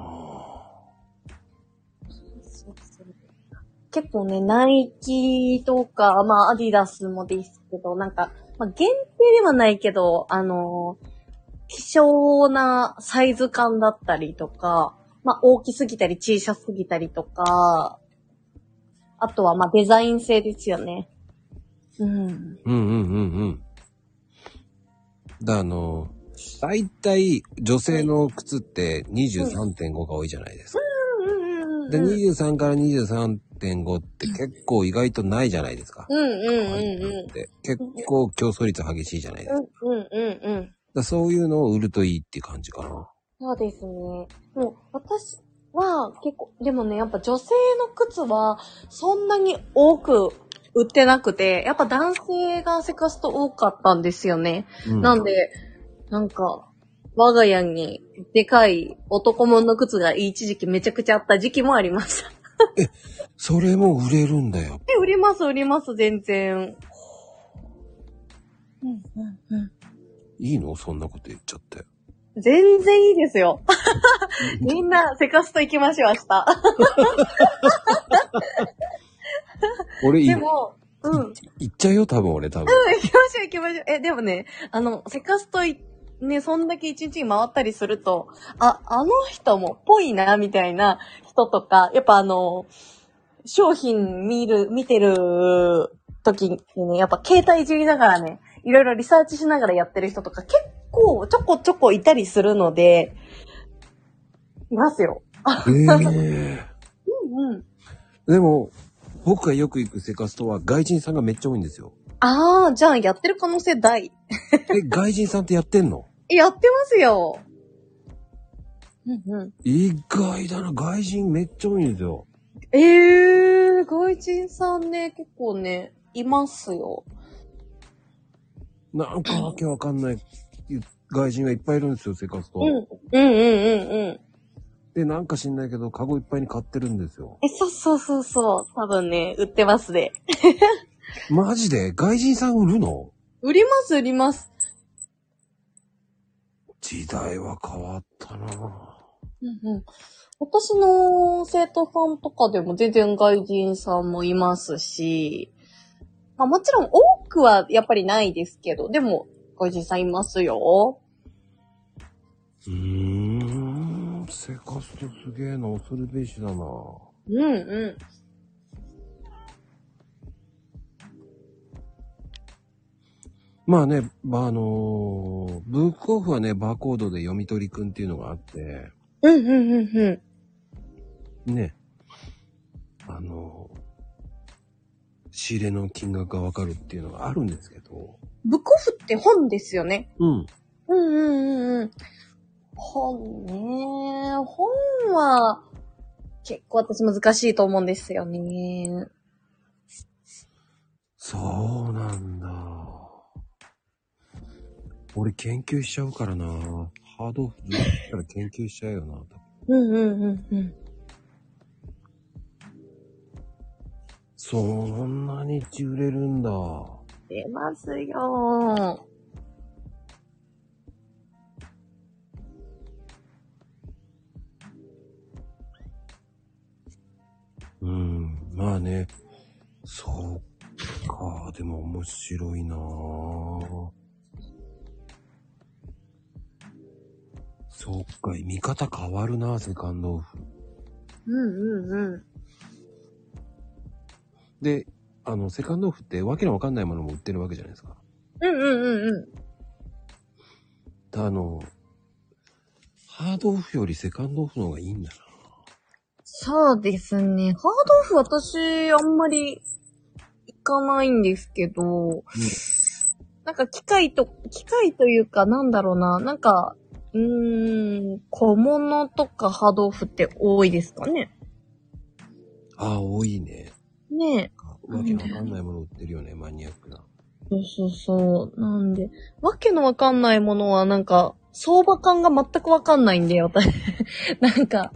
結構ね、ナイキとか、まあアディダスもですけど、なんか、まあ限定ではないけど、あのー、希少なサイズ感だったりとか、まあ大きすぎたり小さすぎたりとか、あとはまあデザイン性ですよね。うん。うんうんうんうんうん。だあの、大体女性の靴って にじゅうさんてんご が多いじゃないですか。 うんうんうんうん。 で、にじゅうさんからにじゅうさんてんご って結構意外とないじゃないですか。 うんうんうんうん。 結構競争率激しいじゃないですか。 うんうんうんうん。 だそういうのを売るといいっていう感じかな。 そうですね。もう私は結構、でもね、やっぱ女性の靴はそんなに多く売ってなくて、やっぱ男性がセカスト多かったんですよね。うん、なんで、なんか、我が家にでかい男物の靴が一時期めちゃくちゃあった時期もありました。 え、それも売れるんだよ。 え、売ります、売ります、全然。うんうんうん。 いいの？そんなこと言っちゃって。 全然いいですよ。みんな、セカスト行きましょう、明日。 俺、 でも、うん。 行っちゃうよ、多分俺、多分。 うん、行きましょう、行きましょう。え、でもね、あの、セカストい、ね、そんだけ一日に回ったりすると、あ、あの人もぽいな、みたいな人とか、やっぱあの、商品見る、見てる時にね、やっぱ携帯いじりながらね、いろいろリサーチしながらやってる人とか結構ちょこちょこいたりするので、いますよ。 ええー。 うんうん。 でも、僕がよく行くセカストは外人さんがめっちゃ多いんですよ。 ああ、じゃあやってる可能性大。 え、外人さんってやってんの？ やってますよ。うんうん。 意外だな、外人めっちゃ多いんですよ。 ええー、外人さんね、結構ね、いますよ。 なんかわけわかんない外人がいっぱいいるんですよ、セカスト。 うん。うんうんうんうん。 で、なんか知んないけど、カゴいっぱいに買ってるんですよ。 え、そうそうそうそう。多分ね、売ってますね。 マジで外人さん売るの？ 売ります、売ります。 時代は変わったなぁ。 うんうん。私の生徒さんとかでも全然外人さんもいますし、まあもちろん多くはやっぱりないですけど、でも外人さんいますよ。 うーん、セカストすげえな、恐るべしだな。 うんうん。 まあね、まあ、あのー、ブックオフはね、バーコードで読み取りくんっていうのがあって、 うんうんうんうん。 ね、あのー、仕入れの金額がわかるっていうのがあるんですけど。 ブックオフって本ですよね。 うん。 うんうんうんうん。本ね。本は、結構私難しいと思うんですよね。 そうなんだ。俺研究しちゃうからな。ハードオフずっとしたら研究しちゃうよな。 うんうんうんうん。 そんなに売れるんだ。 出ますよ。 うん。まあね。そうか。でも面白いなぁ。そっか。見方変わるな、セカンドオフ。 うんうんうん。 で、あの、セカンドオフってわけのわかんないものも売ってるわけじゃないですか。 うんうんうんうん。 あの、ハードオフよりセカンドオフの方がいいんだな。 そうですね。ハードオフ私、あんまり行かないんですけど、うん、なんか機械と、機械というかなんだろうな、なんか、うーん、小物とかハードオフって多いですかね。 ああ、多いね。 ねえ。 わけのわかんないもの売ってるよね、マニアックな。 そうそうそう。なんで、わけのわかんないものはなんか、相場感が全くわかんないんで、私。なんか、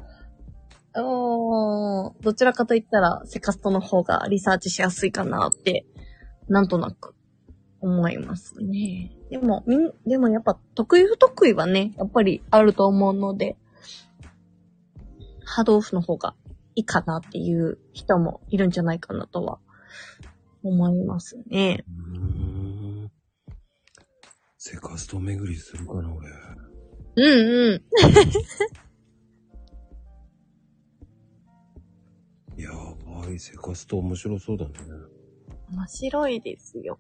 おー、どちらかといったら、セカストの方がリサーチしやすいかなって、なんとなく思いますね。でも、みん、でもやっぱ得意不得意はね、やっぱりあると思うので、ハードオフの方がいいかなっていう人もいるんじゃないかなとは思いますね。 うーん。セカスト巡りするかな、俺。 うんうん。 やばい、セカスト面白そうだね。 面白いですよ。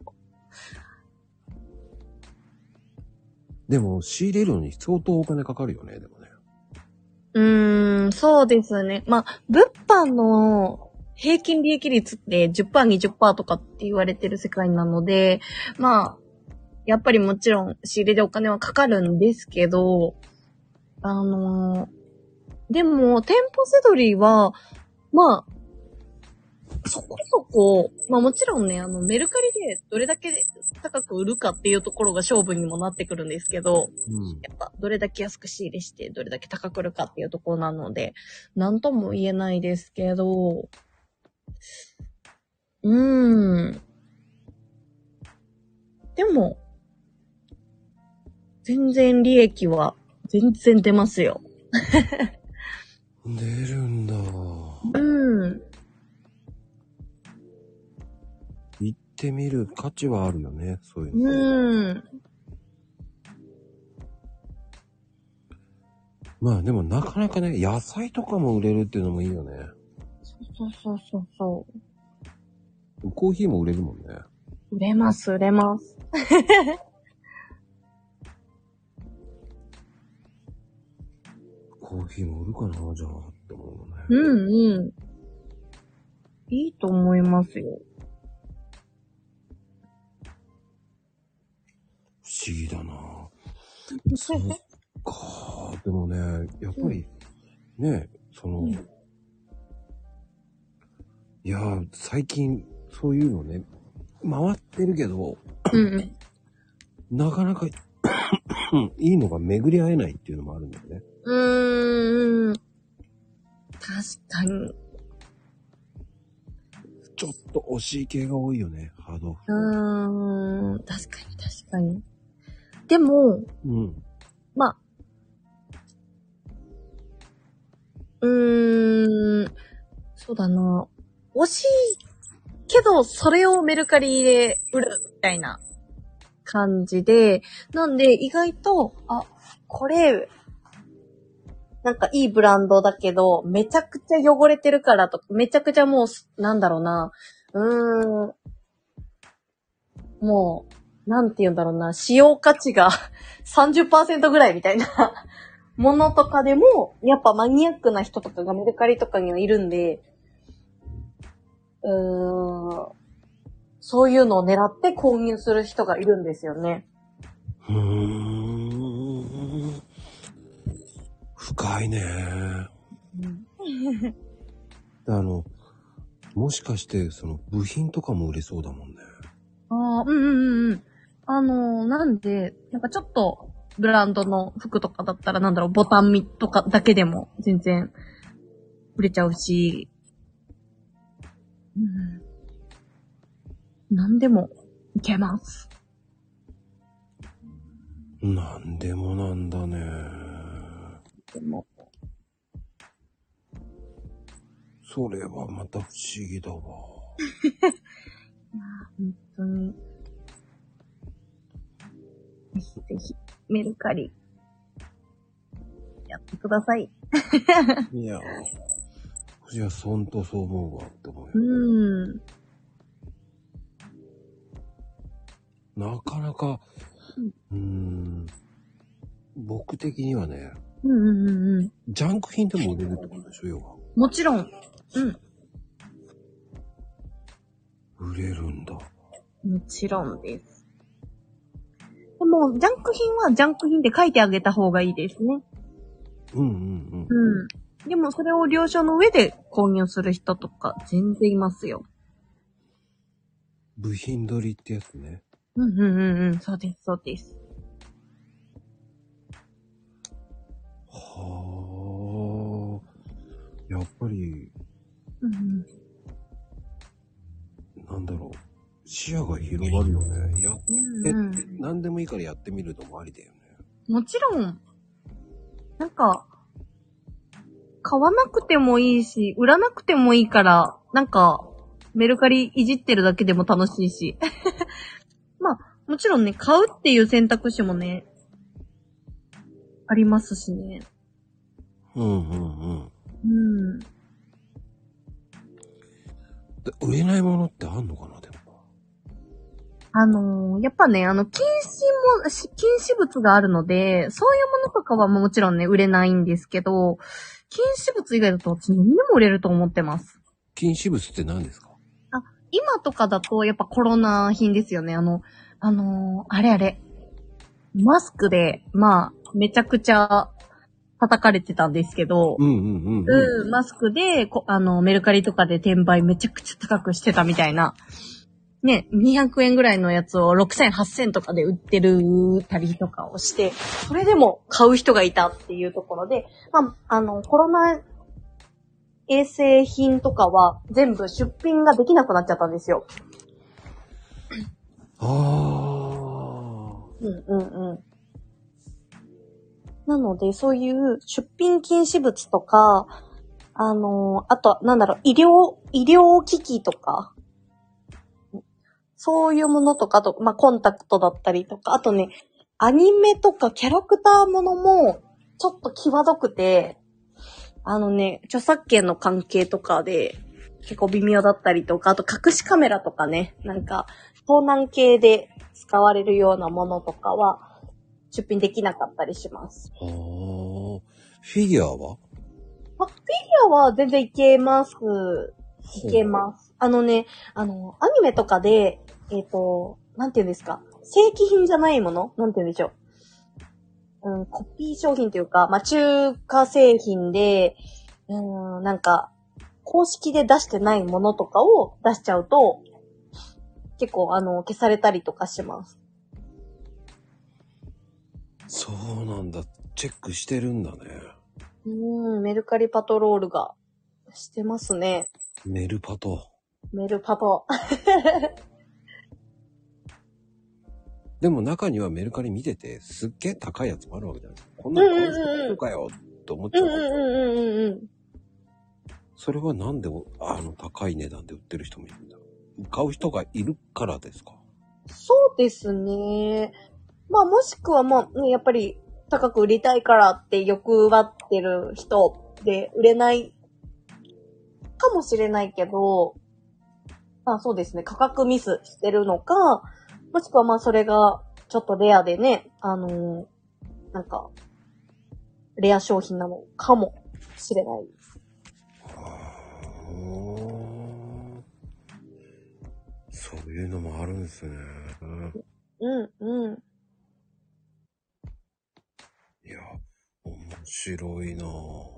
でも、仕入れるのに相当お金かかるよね、でもね。 うーん、そうですね。まあ、物販の平均利益率って じゅっパーセント、にじゅっパーセント とかって言われてる世界なので、まあ、やっぱりもちろん仕入れでお金はかかるんですけど、あのー、でも、店舗せどりは、まあ、そこそこ、まあもちろんね、あの、メルカリでどれだけ高く売るかっていうところが勝負にもなってくるんですけど、 うん、 やっぱどれだけ安く仕入れして、どれだけ高く売るかっていうところなので、なんとも言えないですけど、うーん。でも、全然利益は全然出ますよ。 出るんだ。 うん。 行ってみる価値はあるよね、そういうの。 うん。 まあでもなかなかね、野菜とかも売れるっていうのもいいよね。 そうそうそうそう。 コーヒーも売れるもんね。 売れます、売れます。 コーヒーも売るかな、じゃあ、って思うのね。 うんうん。いいと思いますよ。 不思議だな。そっか。でもね、やっぱり、ね、その、うん、いや、最近、そういうのね、回ってるけど、うんうん、なかなかいいのが巡り合えないっていうのもあるんだよね。 うーん。確かに。 ちょっと惜しい系が多いよね、ハードオフ。 うーん。確かに確かに。でも、うん。まあ、うーん。そうだな。惜しいけど、それをメルカリで売るみたいな感じで、なんで意外と、あ、これ、なんかいいブランドだけど、めちゃくちゃ汚れてるからとか、めちゃくちゃもう、なんだろうな、うーん、もう、なんて言うんだろうな、使用価値がさんじゅっパーセント ぐらいみたいなものとかでも、やっぱマニアックな人とかがメルカリとかにはいるんで、うーん、そういうのを狙って購入する人がいるんですよね。 うーん。 深いね。 うん、 あの、もしかして、その部品とかも売れそうだもんね。 ああ、うんうんうんうん。あのー、なんで、なんかちょっと、ブランドの服とかだったら、なんだろう、ボタンみとかだけでも全然売れちゃうし、うん、なんでもいけます。 なんでもなんだね。 でも。 それはまた不思議だわ。 いやー、本当に。ぜひぜひ、メルカリ、やってください。 いやー、いや、ほんとそう思うわって思うよ。 うーん。 なかなか、うーん、僕的にはね、 うんうんうんうん。 ジャンク品でも売れるってことでしょ、要は。 もちろん。うん。 売れるんだ。 もちろんです。でも、ジャンク品はジャンク品で書いてあげた方がいいですね。 うんうんうん。でも、それを了承の上で購入する人とか全然いますよ。 部品取りってやつね。 うんうんうんうん。そうです、そうです。 はあ。やっぱり、 うんうん、 なんだろう。視野が広がるよね。やって、 うんうん、 何でもいいからやってみるのもありだよね。 もちろん、なんか、買わなくてもいいし、売らなくてもいいから、なんか、メルカリいじってるだけでも楽しいし。まあ、もちろんね、買うっていう選択肢もね、ありますしね。 うんうんうん。 うん。 で売れないものってあんのかな、でも。 あのー、やっぱね、あの、禁止も、し禁止物があるので、そういうものとかはもちろんね、売れないんですけど、禁止物以外だと私何でも売れると思ってます。 禁止物って何ですか？ あ、今とかだとやっぱコロナ品ですよね。あの、あのー、あれあれ。マスクで、まあ、めちゃくちゃ叩かれてたんですけど、 うんうんうんうん。 うん、マスクで、こあの、メルカリとかで転売めちゃくちゃ高くしてたみたいな。ね、にひゃくえんぐらいのやつをろくせん、はっせんとかで売ってるたりとかをして、それでも買う人がいたっていうところで、まあ、あの、コロナ衛生品とかは全部出品ができなくなっちゃったんですよ。 ああ。 うんうんうん。なので、そういう出品禁止物とか、あの、あと、なんだろう、医療、医療機器とか、そういうものとか、あと、まあ、コンタクトだったりとか、あとね、アニメとかキャラクターものも、ちょっと際どくて、あのね、著作権の関係とかで、結構微妙だったりとか、あと隠しカメラとかね、なんか、盗難系で使われるようなものとかは、出品できなかったりします。 はあ。フィギュアは？ あ、フィギュアは全然いけます。いけます。あのね、あの、アニメとかで、えっと、なんて言うんですか。正規品じゃないものなんて言うんでしょう。うん、コピー商品というか、まあ、中華製品で、うん、なんか、公式で出してないものとかを出しちゃうと、結構、あの、消されたりとかします。 そうなんだ。チェックしてるんだね。 うん、メルカリパトロールがしてますね。 メルパト。 メルパト。 でも中にはメルカリ見てて、すっげえ高いやつもあるわけじゃないですか。こんなの買う人かよって思っちゃう。 うんうんうんうんうん。 それはなんであの高い値段で売ってる人もいるんだ。買う人がいるからですか？ そうですね。まあもしくはまあ、ね、やっぱり高く売りたいからって欲張ってる人で売れないかもしれないけど、まあそうですね、価格ミスしてるのか、もしくはまあそれがちょっとレアでね、あのー、なんか、レア商品なのかもしれない。 そういうのもあるんですね。 うん、うん。 いや、面白いなぁ。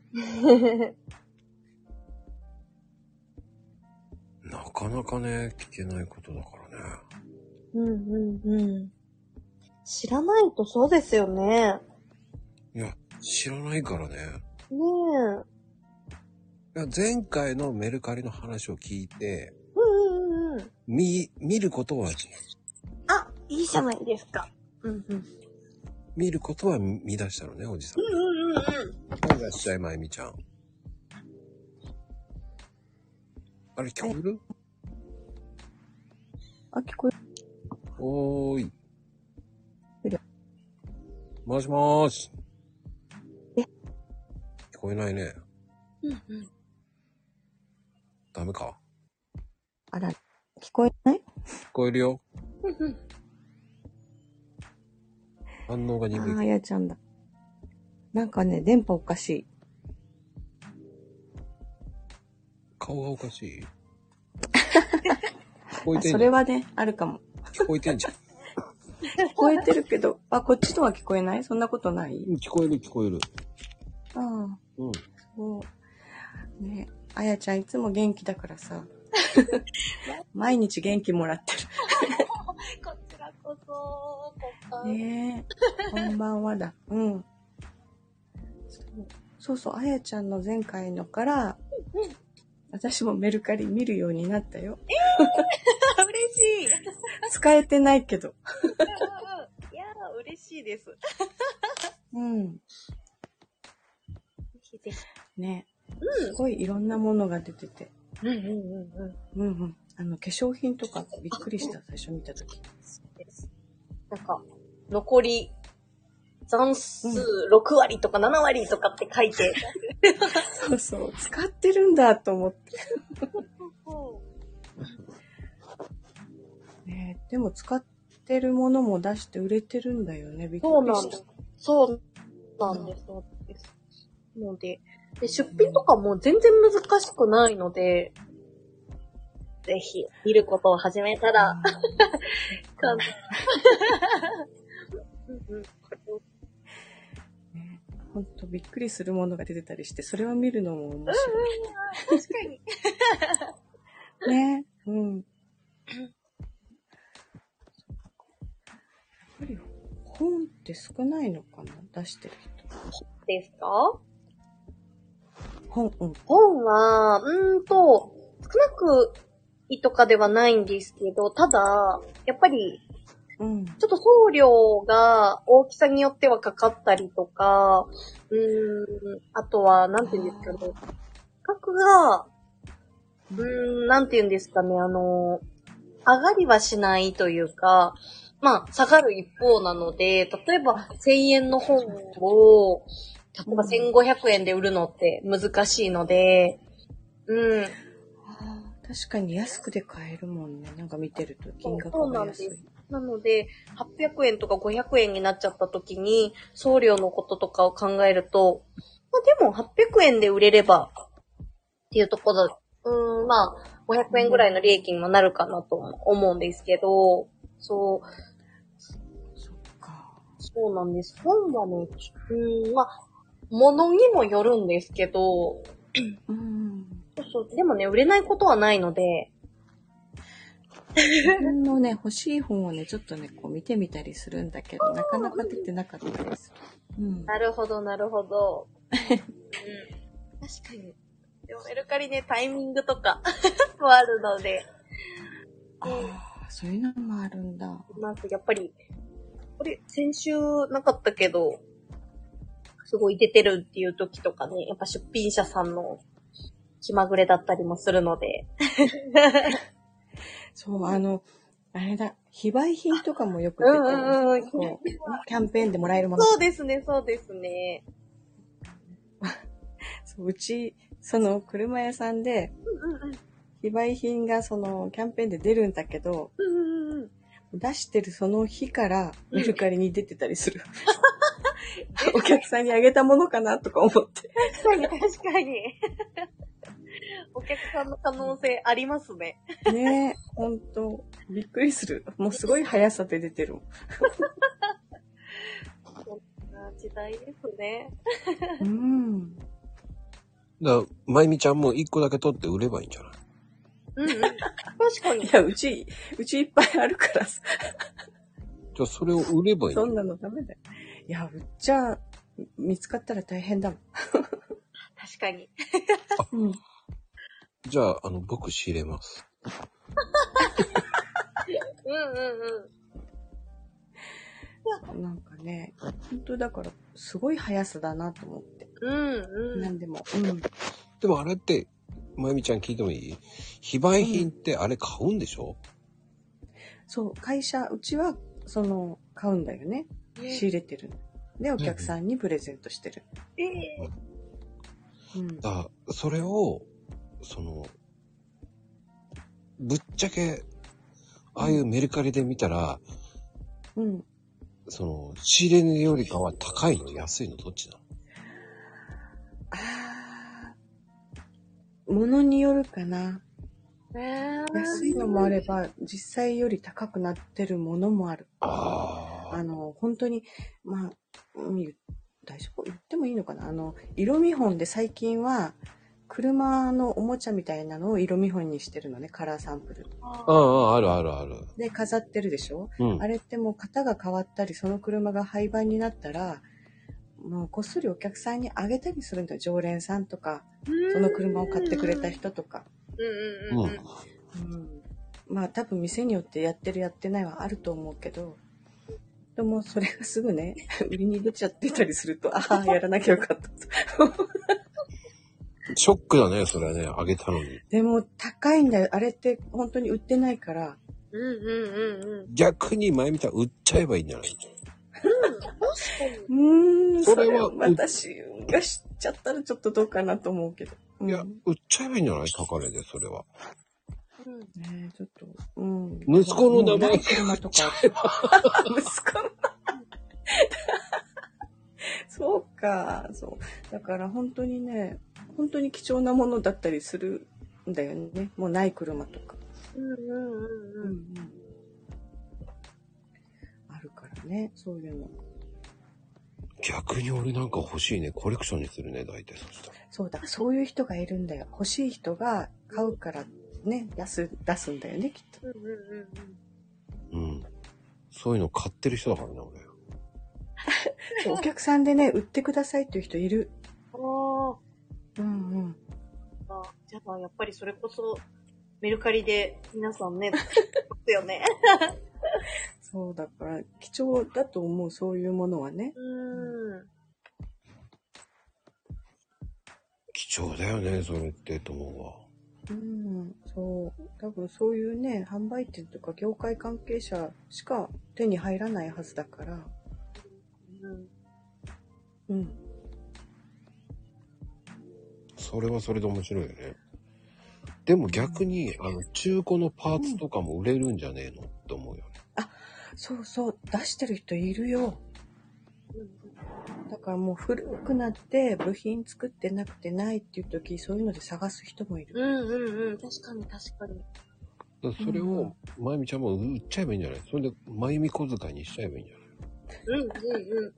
なかなかね、聞けないことだからね。 うんうんうん。知らないとそうですよね。 いや、知らないからね。 ねいや、前回のメルカリの話を聞いて、 え。うんうんうん。 見、見ることは、 あ、いいじゃないですか。うんうん。 見ることは見出したのね、おじさん。 うんうんうんうん。 いらっしゃい、まゆみちゃん。あれ、聞こえる？ あ、聞こえる。 おーい。 いる。 もしもーし。 え？ 聞こえないね。 うんうん。 ダメか？ あら、聞こえない？ 聞こえるよ。 うんうん。 反応が鈍い。 ああ、やちゃんだ。なんかね、電波おかしい。 顔がおかしい。聞こえてんじゃん。 それはね、あるかも。 聞こえてんじゃん。 聞こえてるけど、あ、こっちとは聞こえない？そんなことない？ うん、聞こえる聞こえる。 ああ、 うん。 そう。ね、あやちゃんいつも元気だからさ。毎日元気もらってこちらこそ、こんばんる。ねえ、こんばんはだ。うん。そうそうそう、あやちゃんの前回のから、私もメルカリ見るようになったよ。 えー、嬉しい。 使えてないけど。 いやー、嬉しいです。 うん。 嬉しいです。 ね、 うん。 すごいいろんなものが出てて。 うんうんうんうん。 うんうん。あの、化粧品とかびっくりした、最初見たとき。 そうです。なんか、残り、残数うろく割とかなな割とかって書いて。 そうそう、使ってるんだと思って。ねえ、でも使ってるものも出して売れてるんだよね、びっくりした。 そうなんです。そうなんです。ので、で、出品とかも全然難しくないので、ぜひ、見ることを始めたら、簡単。うんうん。 ね、ほんとびっくりするものが出てたりして、それを見るのも面白確かに。 い。ね、うん。やっぱり本って少ないのかな、出してる人。 ですか？ 本、うん。 本は、うーんと、少なくいいとかではないんですけど、ただ、やっぱり、 うん。 ちょっと送料が大きさによってはかかったりとか、うーん、あとは、なんていうんですかね。価格が、うーん、なんていうんですかね、あの、上がりはしないというか、まあ、下がる一方なので、例えばせんえんの本を、例えばせんごひゃくえんで売るのって難しいので、うん。 ああ、確かに安くで買えるもんね。なんか見てると金額そうなんが安い。 です。なので、はっぴゃくえんとかごひゃくえんになっちゃった時に、送料のこととかを考えると、まあでもはっぴゃくえんで売れれば、っていうところ、うーん、まあ、ごひゃくえんぐらいの利益にもなるかなと思うんですけど、そう、 そっか。 そうなんです。本はね、うーん、まあ、物にもよるんですけど、 うん。 そうそう、でもね、売れないことはないので、 自分のね、欲しい本をね、ちょっとね、こう見てみたりするんだけど、なかなか出てなかったです。うん。 なるほど、なるほど。うん、確かに。でもメルカリね、タイミングとかもあるので。 ああ、そういうのもあるんだ。 なんかやっぱり、これ先週なかったけど、すごい出てるっていう時とかね、やっぱ出品者さんの気まぐれだったりもするので。 そう、あの、あれだ、非売品とかもよく出てる。 うんうんうん。 こうキャンペーンでもらえるもの。 そうですね、そうですね。 そう、うち、その車屋さんで、 うんうんうん。 非売品がそのキャンペーンで出るんだけど、 うんうんうん。 出してるその日からメルカリに出てたりする。お客さんにあげたものかなとか思って。 確かに、確かに。お客さんの可能性ありますね。 ねえ、ほんと、びっくりする。もうすごい速さで出てる。 実時代ですね。 うん。 だから、まゆみちゃんも一個だけ取って売ればいいんじゃない？ うんうん。確かに。 いや、うち、うちいっぱいあるからさ。 じゃあそれを売ればいいんじゃない？ そんなのダメだよ。いや、売っちゃ、見つかったら大変だもん。 確かに。 うん。 じゃあ、あの、僕仕入れます。 うんうんうん。なんかね、本当だから、すごい速さだなと思って。 うんうん。 なんでも。うん。 でもあれって、まゆみちゃん聞いてもいい？非売品ってあれ買うんでしょ？ そう、会社、うちは、その、買うんだよね。 ね仕入れてる。で、お客さんにプレゼントしてる。 ええうん。 だからそれを、その、ぶっちゃけ、ああいうメルカリで見たら、 うん。 その、仕入れ値よりかは高いの安いのどっちなの？ あー、ものによるかな。 ー。 安いのもあれば、実際より高くなってるものもある。 ああ。 あの、本当に、まあ、うん言大丈夫言ってもいいのかな。あの、色見本で最近は、車のおもちゃみたいなのを色見本にしてるのね、カラーサンプル。 うんうん、あるあるある。 で、飾ってるでしょ、 うん。 あれってもう型が変わったり、その車が廃盤になったら、もうこっそりお客さんにあげたりするんだよ。常連さんとか、その車を買ってくれた人とか。 うんうんうん。 うん。まあ多分店によってやってるやってないはあると思うけど、でもそれがすぐね、売りに出ちゃってたりすると、ああ、やらなきゃよかった。 ショックだね、それはね、あげたのに。 でも高いんだよ。あれって本当に売ってないから。 うんうんうんうん。 逆に前見たら売っちゃえばいいんじゃない？ うん、確かうーん、 それはそれは私が知っちゃったらちょっとどうかなと思うけど。うん、 いや、売っちゃえばいいんじゃない？高値で、それは。 に。うん。 ねえ、ちょっと、うん。 息子の名前もうない車とか。息子のそうか、そう。だから本当にね、本当に貴重なものだったりするんだよね。もうない車とか。 うんうんうんうんうん。あるからね、そういうの。 逆に俺なんか欲しいね。コレクションにするね、大体そしたら。 そうだ、そういう人がいるんだよ。欲しい人が買うからね、安出すんだよね、きっと。 うんうんうん。そういうの買ってる人だからね、俺。 そうお客さんでね、売ってくださいっていう人いる。 うん。ああ。 うんうん。 あ、じゃあやっぱりそれこそメルカリで皆さんね、ですよね。 そうだから貴重だと思う、そういうものはね。 うん。 貴重だよね、それってと思うわ。 うん、そう。多分そういうね、販売店とか業界関係者しか手に入らないはずだから。うん。うん。 それはそれで面白いよね。でも逆に、あの、中古のパーツとかも売れるんじゃねえのって思うよね。 あ、そうそう、出してる人いるよ。だからもう古くなって部品作ってなくてないっていう時、そういうので探す人もいる。 うんうんうん。確かに確かに。 だからそれを、まゆみちゃんも売っちゃえばいいんじゃない？それで、まゆみ小遣いにしちゃえばいいんじゃない？ うんうんうん。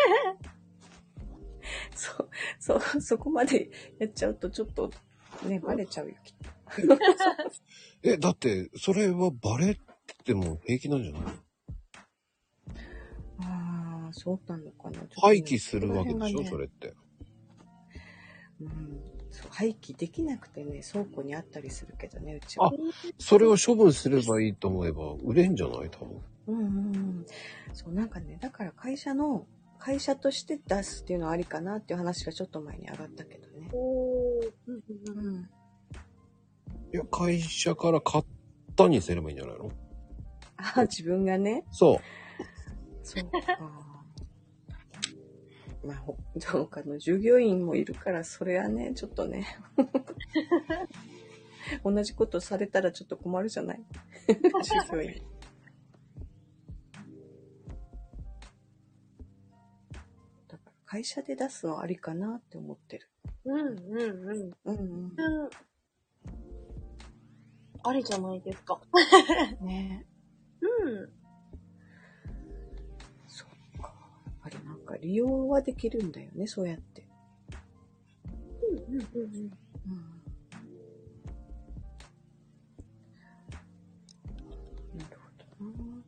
そう、そう、そこまでやっちゃうとちょっとね、バレちゃうよ、きっと。 え、だって、それはバレても平気なんじゃない？ ああ、そうなのかな。ね、 廃棄するわけでしょ、 ね、 それって。 うん。そう、廃棄できなくてね、倉庫にあったりするけどね、うちは。 あ、それを処分すればいいと思えば売れんじゃない？多分。 うんうんうん。そう、なんかね、だから会社の、会社として出すっていうのはありかなっていう話がちょっと前に上がったけどね。 おー。うんうんうん。 いや、会社から買ったにすればいいんじゃないの？ ああ、自分がね。 そう。 そうか。まあ、他の従業員もいるから、それはね、ちょっとね。同じことされたらちょっと困るじゃない？従業員。だから会社で出すのありかなって思ってる。 うんうんうん。 うんうん。 うん。ありじゃないですか。ね。うん。 そうか。やっぱりなんかか利用はできるんだよね、そうやって。 うんうんうんうん。うん、 なるほ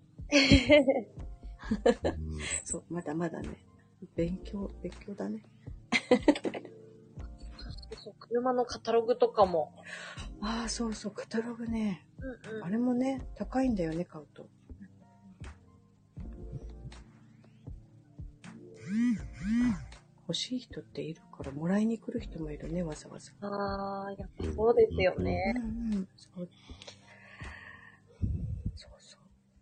どな。そう、まだまだね。勉強、勉強だね。 そう、車のカタログとかも。 ああ、そうそう、カタログね。 うんうん、 あれもね、高いんだよね、買うと。欲しい人っているから、もらいに来る人もいるね、わざわざ。 ああ、やっぱそうですよね。 うんうん、そう。そうそう。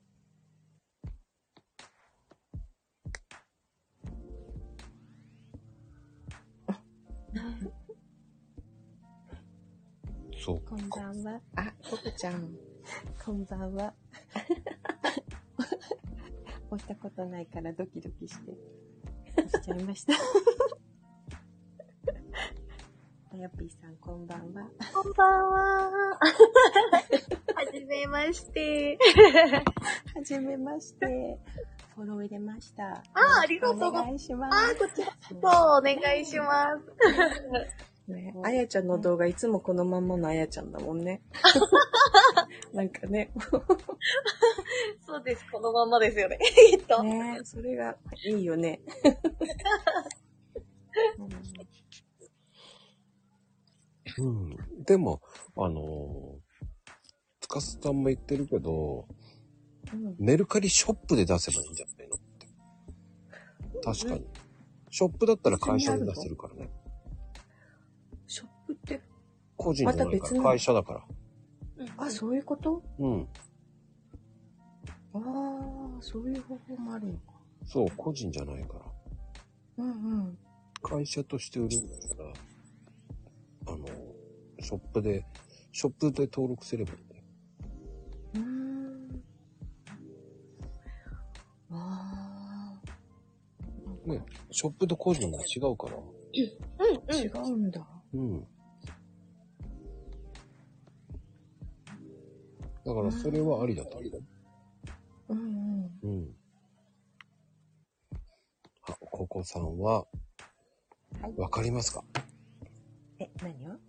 そう。 こんばんは。 あ、ココちゃん。 こんばんは。押したことないからドキドキして押しちゃいました。あやぴーさんこんばんは。 こんばんは。はじめまして。 はじめまして。フォロー入れました。ああ、ありがとうございます。 お願いします。 あ、こちらこそお願いします。 ね、あやちゃんの動画いつもこのまんまのあやちゃんだもんね。なんかね。 そうです、このまんまですよね。きっと。 ね、それがいいよね。 うん、でも、あのー、つかすさんも言ってるけど、うん、メルカリショップで出せばいいんじゃないのって。確かに。ショップだったら会社で出せるからね。 ショップって個人じゃないから、会社だから。 あ、そういうこと？ うん。 ああ、そういう方法もあるのか。 そう、個人じゃないから。 うんうん。 会社として売るんだったら、あの、ショップで、ショップで登録すればいいんだよ。 うーん。ああ。ね、ショップと個人が違うから。 うんうん。 違うんだ。 うん。だからそれはありだと思う。 うんうん。 うん。あ、ココさんは、はい。わかりますか？ え、何を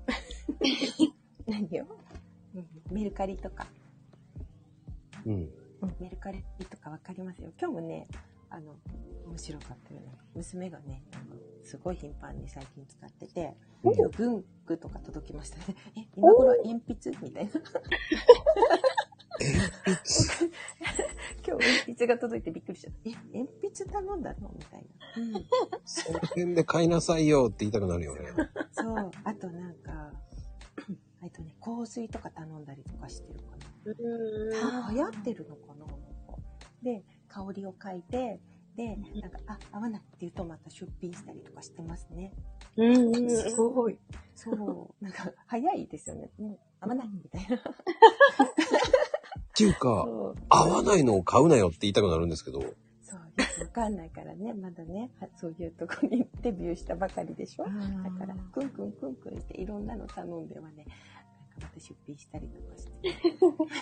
何を、うん、メルカリとか。 うん。 うん、メルカリとかわかりますよ。今日もね、あの、面白かったよ。なんか娘がね、なんかすごい頻繁に最近使ってて、うん、文具とか届きましたね。え、今頃鉛筆みたいな。 鉛筆今日鉛筆が届いてびっくりしちゃった。え、鉛筆頼んだのみたいな。うん。 その辺で買いなさいよって言いたくなるよね。 そう。あとなんか、えっとね、香水とか頼んだりとかしてるかな。うーん。流行ってるのかな。で、香りを嗅いで、で、なんか、あ、合わないって言うとまた出品したりとかしてますね。 うんうん。 すごい。 そう。なんか、早いですよね。もう、合わないみたいな。 っていうか、合わないのを買うなよって言いたくなるんですけど。 そうです。わかんないからね。まだね、そういうとこにデビューしたばかりでしょ。だから、クンクンクンクンしていろんなの頼んではね、また出品したりとかして。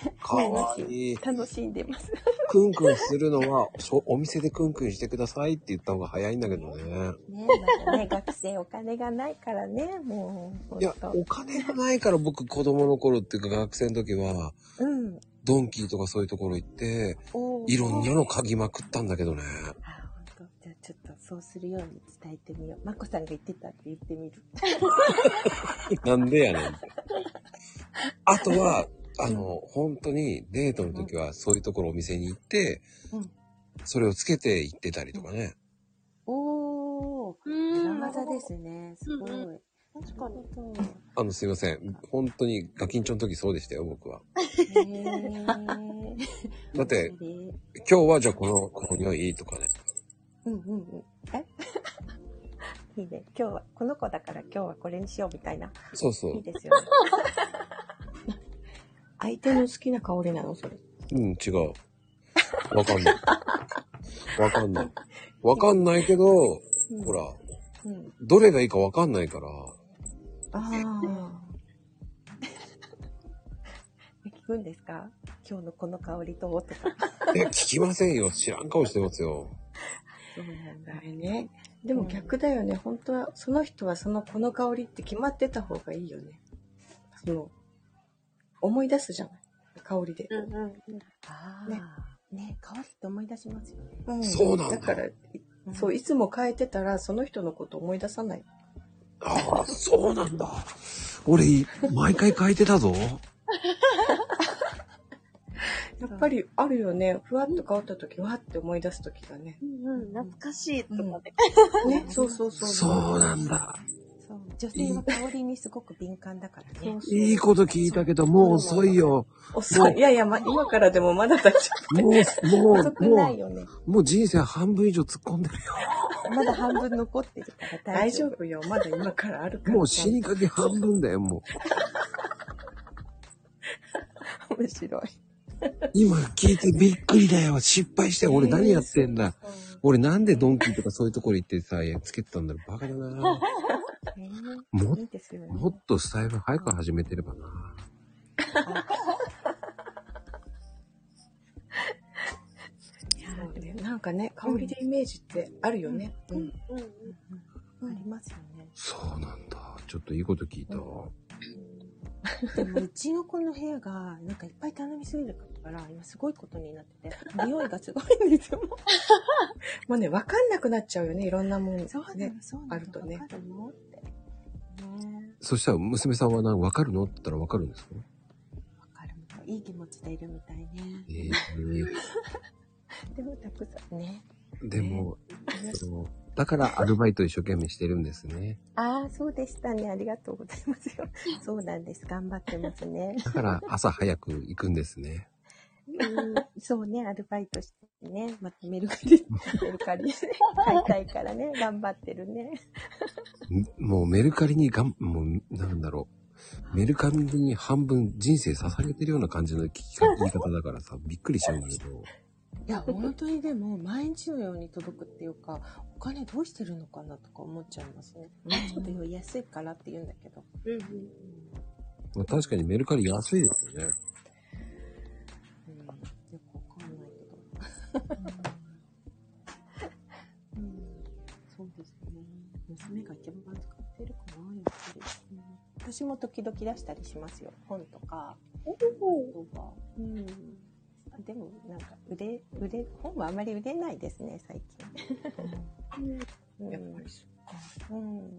かわいい。 楽しんでます。 クンクンするのは、お店でクンクンしてくださいって言った方が早いんだけどね。 ね、まだね、学生お金がないからね、もう。 いや、お金がないから僕子供の頃っていうか学生の時は、うん。ドンキーとかそういうところ行って、いろんなの嗅ぎまくったんだけどね。 あ、ほんと。じゃあちょっとそうするように伝えてみよう。まこさんが言ってたって言ってみる。 なんでやねんって。あとは、あの、うん、本当にデートの時はそういうところお店に行って、うん、それをつけて行ってたりとかね。 うん、おー、裏技ですね。すごい。うん、 確かに。 あの、すいません。本当にガキンチョの時そうでしたよ、僕は。だって、今日はじゃあこの、この匂いいいとかね。 うんうんうん。えいいね。今日は、この子だから今日はこれにしようみたいな。 そうそう。 いいですよね。 相手の好きな香りなのそれ。 うん、違う。わかんない。わかんない。わかんないけど、うん、ほら、うん、どれがいいかわかんないから。 ああ。聞くんですか？今日のこの香りととか。 え、聞きませんよ。知らん顔してますよ。 そうなんだよね。でも逆だよね。本当は、その人はそのこの香りって決まってた方がいいよね。その、思い出すじゃない。香りで。 うんうんうん。 あねあ、ね、香りって思い出しますよね。 うん、 そうなんだだから、いそう、いつも変えてたら、その人のこと思い出さない。 ああ、そうなんだ。俺、毎回変えてたぞ。 やっぱりあるよね。ふわっと香った時、わって思い出す時がね。 うんうん、懐かしいとかで。 ね、そうそうそう。 そうなんだ。 そう、女性は香りにすごく敏感だからね。 そうそういいこと聞いたけど、もう遅いよ。 遅い。いやいや、ま、今からでもまだ大丈夫。 もう、も遅う、 くないもよね。 う、もう人生半分以上突っ込んでるよ。 まだ半分残ってるから大大丈夫。 丈夫よ。まだ今からあるから。 もう死にかけ半分だよ、もう。 面白い。 今聞いてびっくりだよ。失敗して、俺何やってんだ。俺なんでドンキーとかそういうところ行ってさ、つけてたんだろう。バカだな。 ねもいいですよね。 もっとスタイル早く始めてればな。 そうね。なんかね、香りでイメージってあるよね。うん。 うんうん。 ありますよね。 そうなんだ。ちょっといいこと聞いた。 でもうちの子の部屋がなんかいっぱい頼みすぎるから今すごいことになってて匂いがすごいんですよ。 もうね、わかんなくなっちゃうよね。いろんなもん。 そうなの、 ね。 そうなの。 あるとねわかるのって。ねそしたら娘さんは何わかるのって言ったらわかるんですか？ わかるの。いい気持ちでいるみたいね。 えでもたくさんね。 ー、でも、その、だからアルバイト一生懸命してるんですね。 ああ、そうでしたね。ありがとうございますよ。そうなんです。頑張ってますね。 だから朝早く行くんですね。 うんそうね、アルバイトしてね、またメルカリ、メルカリ買いたいからね、頑張ってるね。 もうメルカリにがん、もう、なんだろう。メルカリに半分人生捧げてるような感じの聞き方言い方だからさ、びっくりしちゃうんだけど。 いや、本当にでも、毎日のように届くっていうか、お金どうしてるのかなとか思っちゃいますね。ちょっと安いからって言うんだけど。 うんうん。 まあ、確かにメルカリ安いですよね。 うん、よくわかんないけど。うん、そうですね。娘が一番使ってるかな、やっぱり。うん、私も時々出したりしますよ。本とか。とか。うん。でも、なんか、売れ、売れ、本はあまり売れないですね、最近。うん、 やっぱりそう。 うん。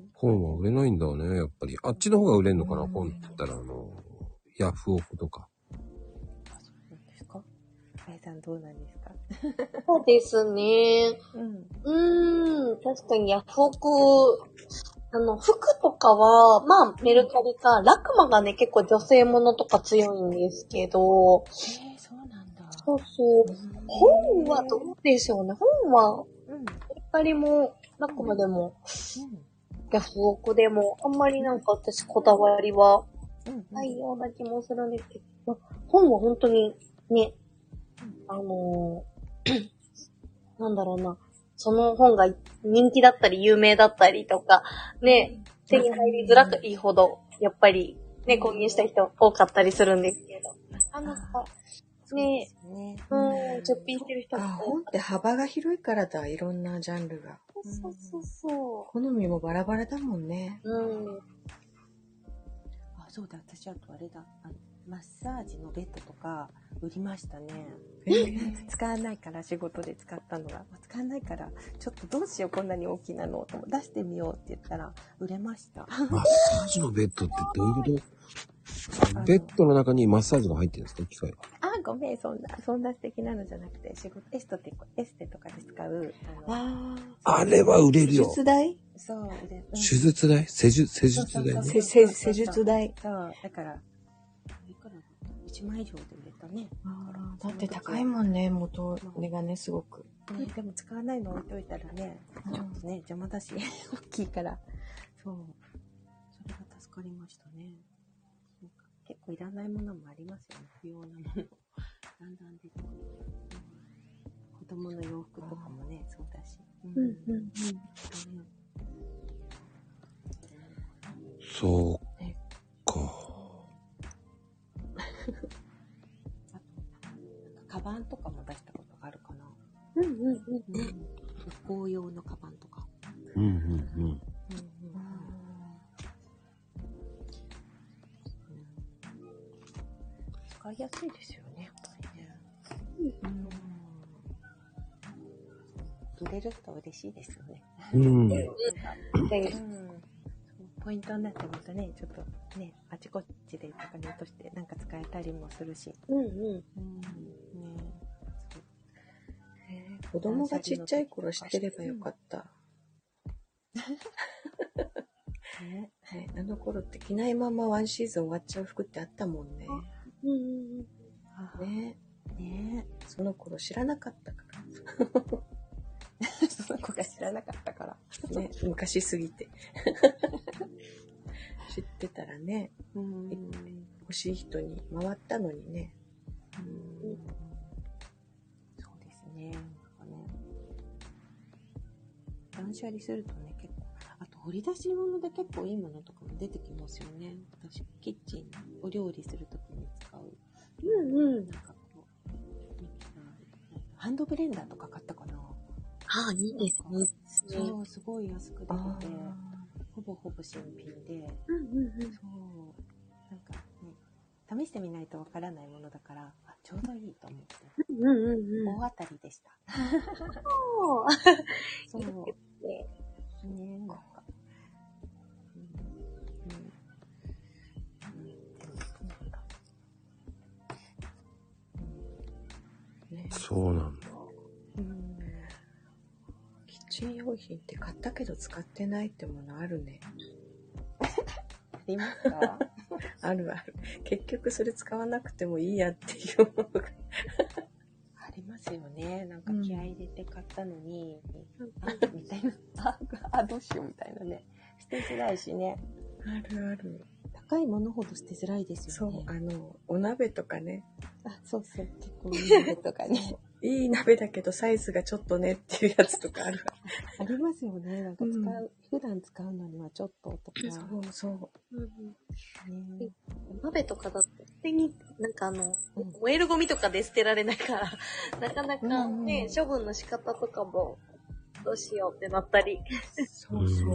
本は売れないんだね、やっぱり。あっちの方が売れんのかな、本って言ったら、あの、ヤフオクとか。 あ、そうなんですか？あやさんどうなんですか？ そうですね。 うん。 うーん、確かにヤフオク、あの、服とかは、まあ、メルカリか、ラクマがね、結構女性ものとか強いんですけど、 えー、そうなんだ。 そうそう。本はどうでしょうね。本は、 うん。 メルカリも、ラクマでも、 うん。 ヤフオクでも、あんまりなんか私こだわりはうん。 ないような気もするんですけど、まあ、本は本当にね、あのー、なんだろうな、その本が人気だったり有名だったりとか、ね、手に入りづらくいいほど、やっぱりね、購入した人多かったりするんですけど、なかなか、ね、 ね。 うん、出品してる人あ、本って幅が広いからだ。いろんなジャンルが。 そうそうそ好みもバラバラだもんね。 う。うん。 あ、そうだ、私あとあれだ。あのマッサージのベッドとか売りましたね。使わないから仕事で使ったのが。使わないから、ちょっとどうしよう、こんなに大きなのと出してみようって言ったら、売れました。 マッサージのベッドってどういうことベッドの中にマッサージが入ってるんですか、機械が。 あ、ごめん、そんな、そんな素敵なのじゃなくて、仕事、エステって、エステとかで使う、あの、 ああれは売れるよ。 施術代そう、売れ、うん手術代施術、施術代ね。 せせ施術代。 そう、だから、いくらだったいちまん以上で売れたね。 だって高いもんね、元値がね、すごく。 ね、でも使わないの置いといたらね、ちょっとね、邪魔だし、大きいから。そう。それが助かりましたね。そうか結構いらないものもありますよね。不要なもの。だんだん出てくる。うん、子供の洋服とかもね、そうだし。 うんうんうん。 そうねか。 あと、なんかカバンとかも出したことがあるかな。 うんうんうん。 うん、 行用のカバンとか。 うんうんうん。 うんうんうん、使いやすいですよね、やっぱりね。うん。売れると嬉しいですよね。 うん。 なんか、うん。ポイントになってまたね、ちょっとね、あちこちでとかに落としてなんか使えたりもするし。 うんうん。うんね、 えー、子供がちっちゃい頃知ってればよかった。ね、はい、あの頃って着ないままワンシーズン終わっちゃう服ってあったもんね。 うんうんうん。ね。ね。その頃知らなかったから。 その子が知らなかったから。 ね、昔すぎて。知ってたらね、うん、欲しい人に回ったのにね。 うん、そうですね。なんかね、断捨離するとね、結構、あと掘り出し物で結構いいものとかも出てきますよね。私、キッチン、お料理するときに使う。 うんうん。 なんかこう、ハンドブレンダーとか買ったかな。 ああ、いいですね。 そう、すごい安く出てて、ほぼほぼ新品で、 うんうんうん、 そう、なんかね、試してみないとわからないものだから、あ、ちょうどいいと思って、 うんうんうん、 大当たりでした。そう、そう、ね、ね、なんか、うん、うん、うん、でもそうなんだ。 うん、ね、そうなんだ。 うん。キッチン用品って買ったけど使ってないってものあるね。 ありますか？ あるある。結局それ使わなくてもいいやっていうものがありますよね。なんか気合い入れて買ったのに、うん、あみたいな、ああどうしようみたいなね。捨てづらいしね。 あるある。 高いものほど捨てづらいですよね。 そう、あのお鍋とかね。 あ、そうそう、結構いい鍋とかね。 いい鍋だけどサイズがちょっとねっていうやつとかある。 ありますよね。なんか使う、うん、普段使うのにはちょっととか。 そうそう。うんうんね、鍋とかだと捨てに、なんかあの、うん、燃えるゴミとかで捨てられないから、なかなかね、うん、処分の仕方とかもどうしようってなったり。 そうそう。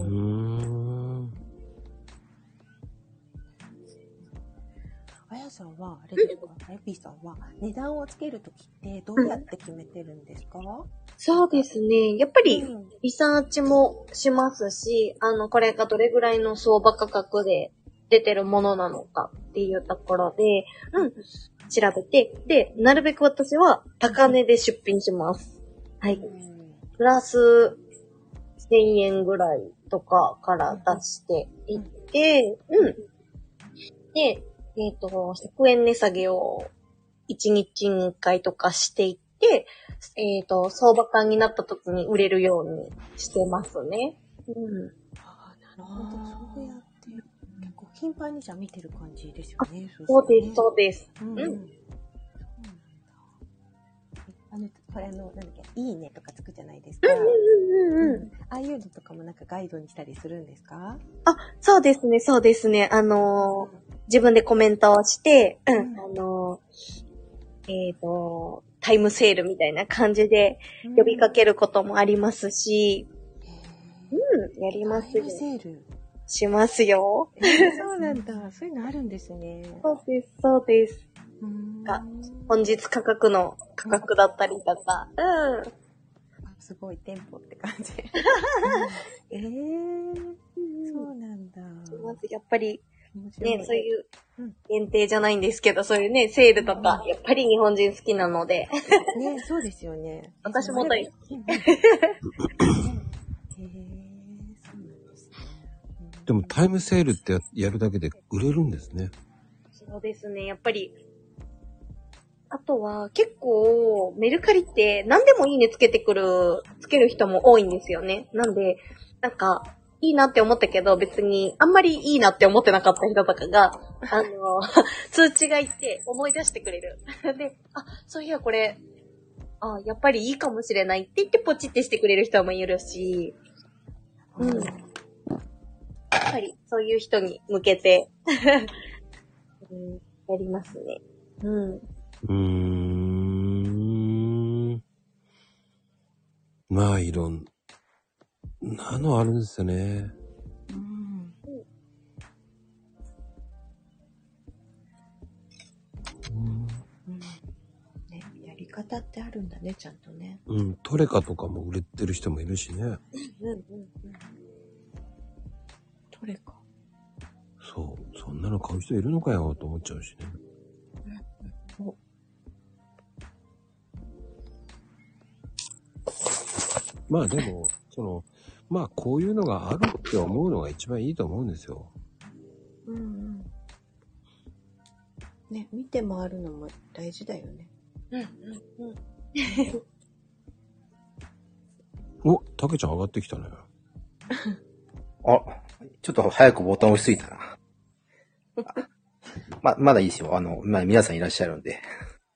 あやさんは、あれですか、エピさんは、値段をつけるときってどうやって決めてるんですか？うん、 そうですね。やっぱり、リサーチもしますし、あの、これがどれぐらいの相場価格で出てるものなのかっていうところで、うん、調べて、で、なるべく私は高値で出品します。はい。プラスせんえんぐらいとかから出していって、うん。で、えっと、ひゃくえん値下げをいちにちにいっかいとかしていって、えっと、相場感になった時に売れるようにしてますね。うん。 ああ、なるほど。そうやって、結構頻繁にじゃ見てる感じですよね。 そうです、そうです。 うん。うん、そうなんだ。あの、これあの、なんだっけ、いいねとかつくじゃないですか。うんうんうんうん。ああいうのとかもなんかガイドにしたりするんですか？ あ、そうですね、そうですね。あのー、自分でコメントをして、うん、あのー、えっと、タイムセールみたいな感じで呼びかけることもありますし、うん、やりますよ。 タイムセールしますよ。 えー、そうなんだ。そういうのあるんですね。 そうです、そうです。が本日価格の価格だったりとか。うん。 すごいテンポって感じ。えー、そうなんだ。 まずやっぱり、ね、そういう限定じゃないんですけど、そういうね、セールとか、やっぱり日本人好きなので。 ね、そうですよね。 私も大好き。 でもタイムセールってやるだけで売れるんですね。 そうですね。やっぱり、あとは結構メルカリって何でもいいねつけてくる、つける人も多いんですよね。なんで、なんか、いいなって思ったけど別にあんまりいいなって思ってなかった人とかが、あの、通知がいって思い出してくれる。で、あ、そういやこれ、あ、やっぱりいいかもしれないって言ってポチってしてくれる人もいるし、うん。やっぱりそういう人に向けて、うん、やりますね。うん。 うーん。まあいろん、 なのあるんですよね。 うん。 うん。 うん。ね、やり方ってあるんだね、ちゃんとね。 うん、トレカとかも売れてる人もいるしね。 うんうんうん。トレカ。 そう、そんなの買う人いるのかよと思っちゃうしね。 うんうん、 まあでも、その、まあこういうのがあるって思うのが一番いいと思うんですよ。 うんうん。ね、見て回るのも大事だよね。 うんうんうん。お、たけちゃん上がってきたね。 あ、ちょっと早くボタン押しすぎたな。ま、まだいいですよ。あの、まあ、皆さんいらっしゃるんで。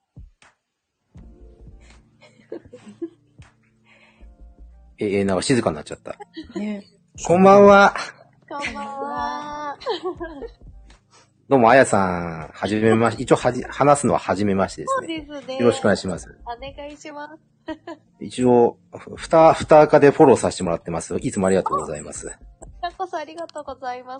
えー、なんか静かになっちゃった。 ね。 こんばんは。 こんばんは。 どうも、あやさん、はじめまし、一応はじ、話すのははじめましてですそうね。 ですね。 よろしくお願いします。 お願いします。 一応、ふた、ふた赤でフォローさせてもらってます。いつもありがとうございます。 こちらこそありがとうございます。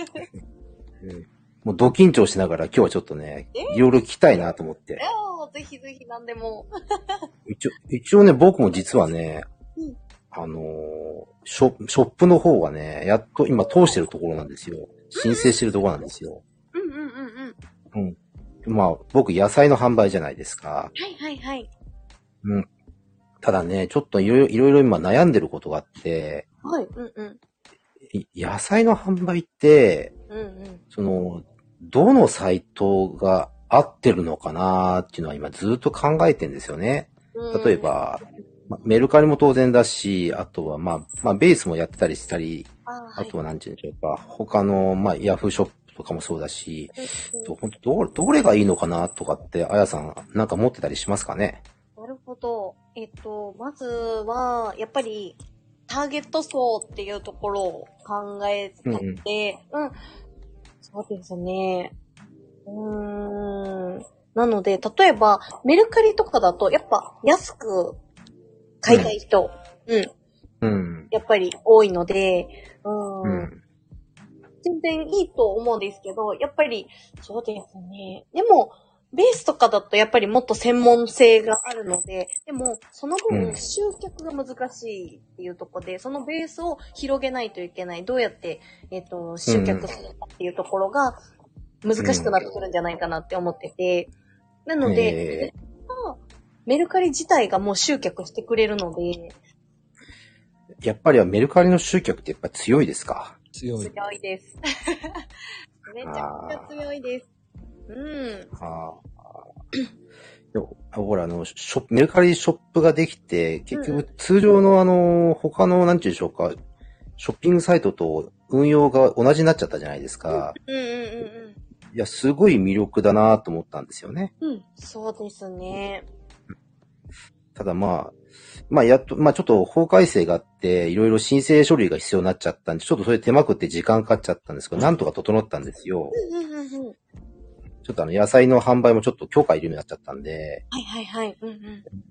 もうド緊張しながら今日はちょっとね、いろいろ聞きたいなと思って。 ぜひぜひ何でも。 一応、一応ね、僕も実はね、 うん、 あのー、ショ、ショップの方はね、やっと今通してるところなんですよ。申請してるところなんですよ。 うんうんうんうん。 うん。まあ、僕野菜の販売じゃないですか。 はいはいはい。 うん。ただね、ちょっといろいろ、いろいろ今悩んでることがあって、 はい、うんうん。 野菜の販売って、 うんうん、 その、どのサイトが合ってるのかなっていうのは今ずっと考えてんですよね。例えば、ま、メルカリも当然だし、あとはまあ、まあベースもやってたりしたり、あ,、はい、あとは何て言うんでしょうか、他のまあヤフーショップとかもそうだし、うん、本当ど、どれがいいのかなとかって、あやさんなんか持ってたりしますかね？ なるほど。えっと、まずは、やっぱり、ターゲット層っていうところを考えて、うん、うん、そうですね。うーん。なので、例えば、メルカリとかだと、やっぱ安く買いたい人、うん。 うん。 やっぱり多いので、うん。 うん、 全然いいと思うんですけど、やっぱり、そうですね。でも、ベースとかだとやっぱりもっと専門性があるので、でも、その分、集客が難しいっていうところで、うん、そのベースを広げないといけない。どうやって、えっと、集客するかっていうところが難しくなってくるんじゃないかなって思ってて、なので、えー、メルカリ自体がもう集客してくれるので、 やっぱりはメルカリの集客ってやっぱ強いですか？ 強い。 強いです。めちゃくちゃ強いです。うん。 あでもほら、あの、ショップ、メルカリショップができて、結局通常のあの、他の、なんていうんでしょうか、ショッピングサイトと運用が同じになっちゃったじゃないですか。 うんうんうんうん。 いや、すごい魅力だなと思ったんですよね。 うん、そうですね。 ただまあ、まあやっと、まあちょっと法改正があって、いろいろ申請書類が必要になっちゃったんで、ちょっとそれ手間くって時間かかっちゃったんですけど、なんとか整ったんですよ。 うんうんうんうん。 ちょっとあの野菜の販売もちょっと許可いるようになっちゃったんで。 はいはいはい。うんうん、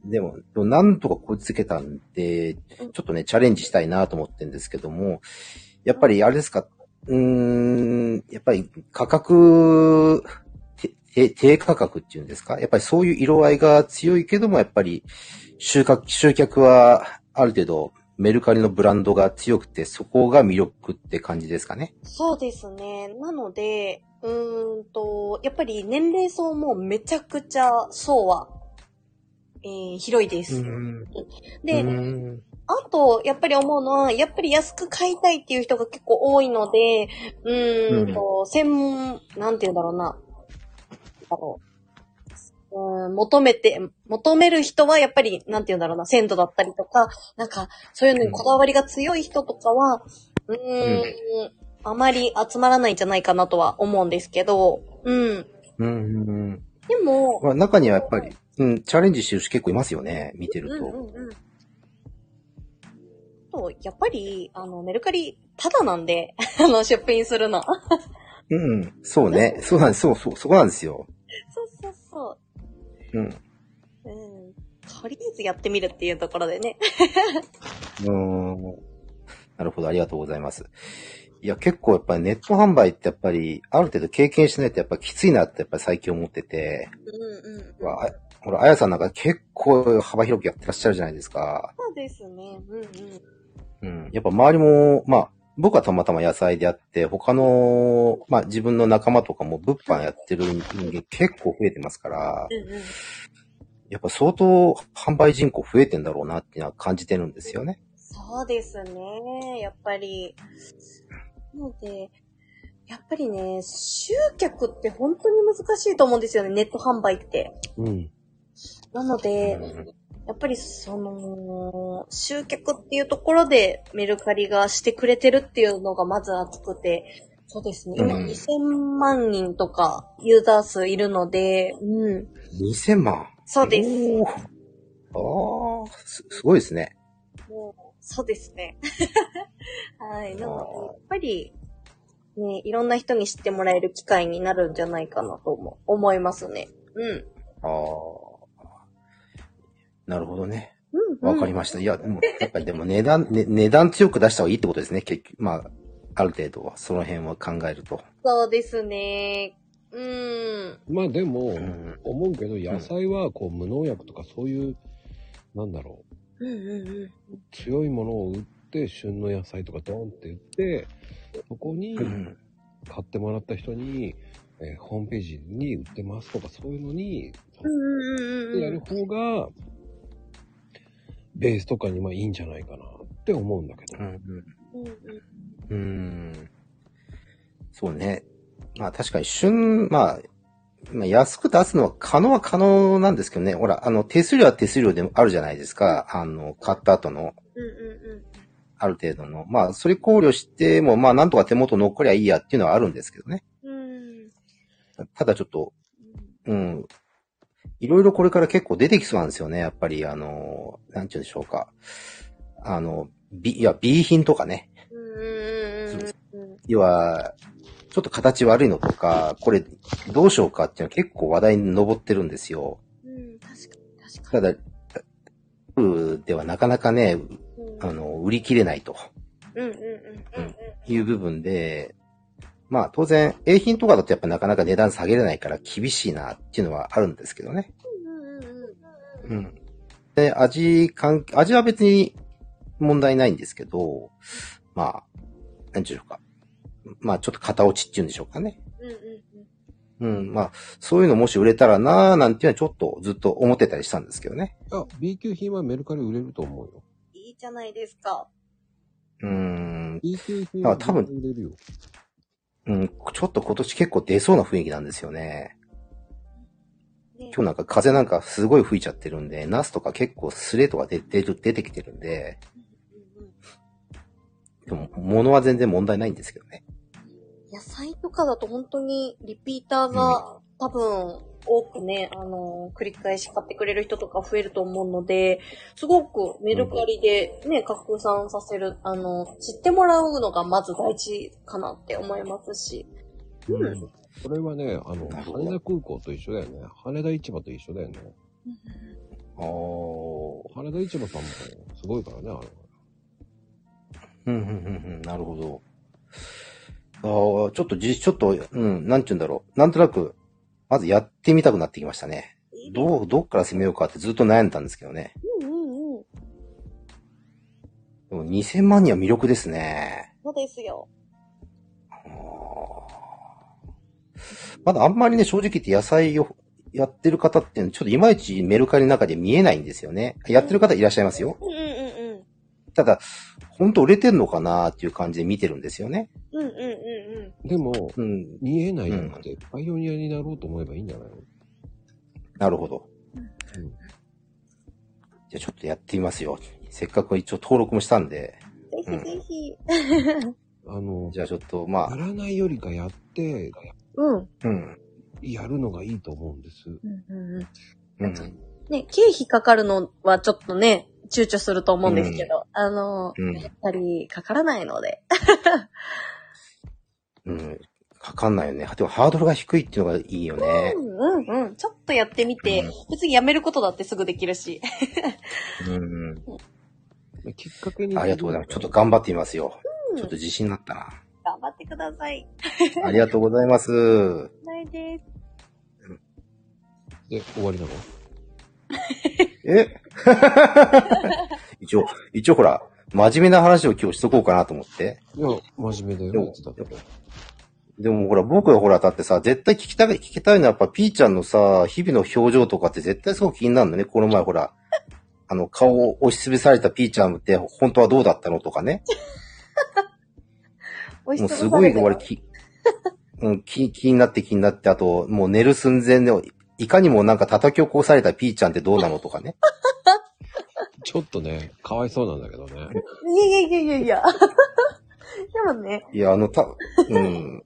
でも、でもなんとかこじつけたんで、ちょっとね、チャレンジしたいなと思ってるんですけども、やっぱりあれですか、うーん、やっぱり価格、低価格っていうんですか？やっぱりそういう色合いが強いけども、やっぱり集客、集客はある程度メルカリのブランドが強くて、そこが魅力って感じですかね？ そうですね。なので、うーんと、やっぱり年齢層もめちゃくちゃ層は、えー、広いです。 うんで、 うんあと、やっぱり思うのは、やっぱり安く買いたいっていう人が結構多いので、うーんと、うん、専門、なんて言うんだろうな。だろう。うん、求めて、求める人はやっぱり、なんて言うんだろうな、鮮度だったりとか、なんか、そういうのにこだわりが強い人とかは、うーん、うんあまり集まらないんじゃないかなとは思うんですけど、うん。 うんうん、 でも、 まあ、中にはやっぱり、うん、チャレンジしてる人結構いますよね、見てると。 うんうんうん、とやっぱり、あの、メルカリ、ただなんで、あの、出品するの。 うん、そうね。そうなんです。そうそう、そこなんですよ。 そうそうそう。 うん。 うん。とりあえずやってみるっていうところでね。 うーん。 なるほど、ありがとうございます。いや、結構やっぱりネット販売ってやっぱり、ある程度経験しないとやっぱきついなってやっぱり最近思ってて、 うんうん。 わあほら、あやさんなんか結構幅広くやってらっしゃるじゃないですか。 そうですね。うんうん。 うん。やっぱ周りも、まあ、僕はたまたま野菜であって、他の、まあ自分の仲間とかも物販やってる人間結構増えてますから、 うんうん。 やっぱ相当販売人口増えてんだろうなっていうのは感じてるんですよね。 そうですね。やっぱり。なので、やっぱりね、集客って本当に難しいと思うんですよね、ネット販売って。 うん。 なので、やっぱりその、集客っていうところでメルカリがしてくれてるっていうのがまず熱くて、そうですね。今うんにせんまん人とかユーザー数いるので、うん。 にせんまん。 そうです。 おーああ、す、すごいですね。 もうそうですね。はい。なので、やっぱり、ね、いろんな人に知ってもらえる機会になるんじゃないかなと思思いますね。うん。 ああ。なるほどね。 うん、うん。 わかりました。いや、でも、やっぱりでも値段、ね、値段強く出した方がいいってことですね。結局、まあ、ある程度は、その辺は考えると。 そうですね。うん。 まあでも、 うん思うけど、野菜はこう無農薬とかそういう、なんだろう、 うんうんうん。 強いものを売って、旬の野菜とかドンって売って、そこにうん買ってもらった人に、えーホームページに売ってますとかそういうのに、 うんうんうんうん。 やる方が、ベースとかにまあいいんじゃないかなって思うんだけど。 うんうんうん。 うん。うん。そうね。まあ確かに旬、まあ、まあ、安く出すのは可能は可能なんですけどね。ほら、あの、手数料は手数料でもあるじゃないですか。あの、買った後の、 うんうんある程度の。まあ、それ考慮しても、まあ、なんとか手元残りゃいいやっていうのはあるんですけどね。 うん。うん。 ただちょっと、うん。いろいろこれから結構出てきそうなんですよね。やっぱり、あの、なんて言うんでしょうか。あの、B、いや、B 品とかね。 うんうんうんうん。 要は、ちょっと形悪いのとか、これどうしようかっていうのは結構話題に上ってるんですよ。 うん、確かに確かただ、ではなかなかね、 に。 あの、売り切れないとうんうんうんうんうん。 いう部分で、まあ当然、A 品とかだとやっぱなかなか値段下げれないから厳しいなっていうのはあるんですけどね。 うんうんうん。 うん。で、味、関係、味は別に問題ないんですけど、まあ、なんていうのか。まあちょっと型落ちっていうんでしょうかね。 うんうんうん。 うん、まあ、そういうのもし売れたらなーなんていうのはちょっとずっと思ってたりしたんですけどね。 あ、B 級品はメルカリ売れると思うよ。 いいじゃないですか。 うーん、 B 級品はあ多分売れるよ。 うん、ちょっと今年結構出そうな雰囲気なんですよね。 ね、 今日なんか風なんかすごい吹いちゃってるんで、ナスとか結構スレとか出てる、出てきてるんで、でも物は全然問題ないんですけどね。 野菜とかだと本当にリピーターが多分多くね、あの、繰り返し買ってくれる人とか増えると思うので、すごくメルカリでね、拡散させる、あの、知ってもらうのがまず大事かなって思いますし。うん。 これはね、あの、 なるほど羽田空港と一緒だよね。羽田市場と一緒だよね。 あー。 羽田市場さんもすごいからね、あれ。 うん、うん、うん、うん、なるほど。ああ、ちょっとじ、ちょっと、うん、なんて言うんだろう。なんとなく、まずやってみたくなってきましたね。どう、どっから攻めようかってずっと悩んだんですけどね。 うんうんうん。 でもにせんまんには魅力ですね。 そうですよ。 あーまだあんまりね、正直言って野菜をやってる方っていうのちょっといまいちメルカリの中で見えないんですよね。やってる方いらっしゃいますよ。 うんうんうんただ、ほんと売れてんのかなっていう感じで見てるんですよね。 うん。うんうんうんうん。 でも、 うん。 見えないじゃなくて、パイオニアになろうと思えばいいんじゃないの？ なるほど。 うんじゃあちょっとやってみますよ。せっかく一応登録もしたんで。 ぜひぜひ。 あの、 じゃあちょっと、まあ、 やらないよりかやって、 うん。 うん。 やるのがいいと思うんです。 うんうんうん。 うん。 ね、経費かかるのはちょっとね、躊躇すると思うんですけど、あの、 うん。 やっぱりかからないので。 うん。かかんないよね。でもハードルが低いっていうのがいいよねう。んうんうん。ちょっとやってみて、 うん別にやめることだってすぐできるし。 うん。 きっかけに。 ありがとうございます。ちょっと頑張ってみますよ。 うん、 ちょっと自信になったな。 頑張ってください。 ありがとうございます。 ないです。 で、終わりなの？ え一応、一応ほら、真面目な話を今日しとこうかなと思って。 いや、真面目だよ。 でも、でもほら、僕はほら、だってさ、絶対聞きたい、聞きたいのはやっぱピーちゃんのさ、日々の表情とかって絶対すごく気になるのね。この前ほら、あの、顔を押しつぶされたピーちゃんって本当はどうだったのとかね。もうすごい、俺、き、うん、気、気になって気になって、あと、もう寝る寸前で、いかにもなんか叩き起こされたピーちゃんってどうなのとかね。 ちょっとね、かわいそうなんだけどね。 いやいやいやいや。でもね。 いや、あの、た、うん。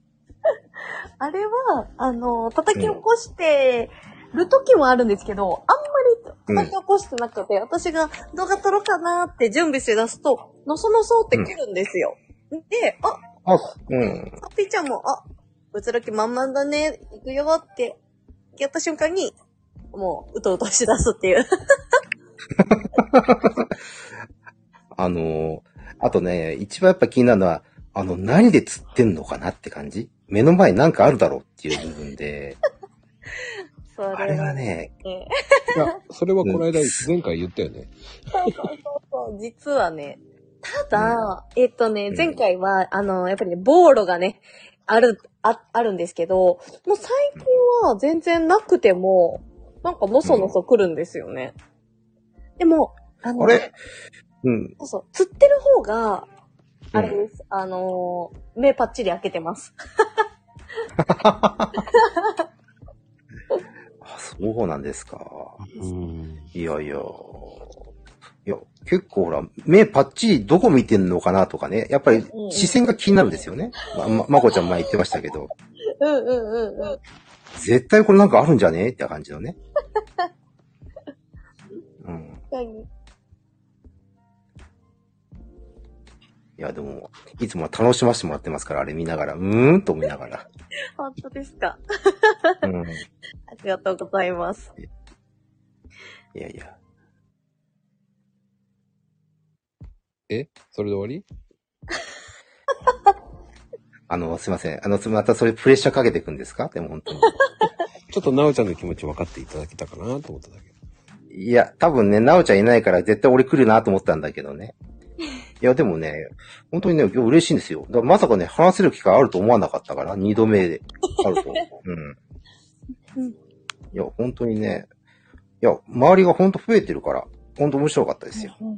あれは、あの、叩き起こしてる時もあるんですけど、あんまり叩き起こしてなくて、うん、私が動画撮ろうかなって準備して出すと、のそのそって来るんですよ。うん、で、あ、 あ、うん。 あ、ピーちゃんも、あ、うつろき満々だね、行くよってやった瞬間に、もう、うとうとしだすっていう。 あの、あとね、一番やっぱ気になるのは、あの、何で釣ってんのかなって感じ？目の前なんかあるだろうっていう部分で。それあれはね、 いや、それはこの間、前回言ったよね。 そうそうそうそう、実はね、ただ、うん、えっとね、前回は、うん、あの、やっぱりね、ボーロがね、ある、あ、あるんですけど、もう最近は全然なくても、なんかのそのそ来るんですよね。うん、でも、あの、 あれうん。 そうそう、釣ってる方が、あれです。うん、あのー、目パッチリ開けてます。 あ、そうなんですか。 うん、 いやいや。いや、結構ほら、目パッチリどこ見てんのかなとかね。やっぱり視線が気になるんですよね。うんうん、ま、まこちゃん前言ってましたけど。 うんうんうんうん。 絶対これなんかあるんじゃねえって感じのね。うん。いや、でも、いつもは楽しませてもらってますから、あれ見ながら、うーんと思いながら。 本当ですか。 うん。 ありがとうございます。 いやいや。 え？それで終わり？ あの、すいません。あの、またそれプレッシャーかけていくんですか？でも本当に。 ちょっとなおちゃんの気持ち分かっていただけたかなと思っただけ。 いや、多分ね、なおちゃんいないから絶対俺来るなと思ったんだけどね。いや、でもね、本当にね、今日嬉しいんですよ。だからまさかね、話せる機会あると思わなかったから、二度目であると。うん。いや、本当にね、いや、周りが本当増えてるから、本当面白かったですよ。うん、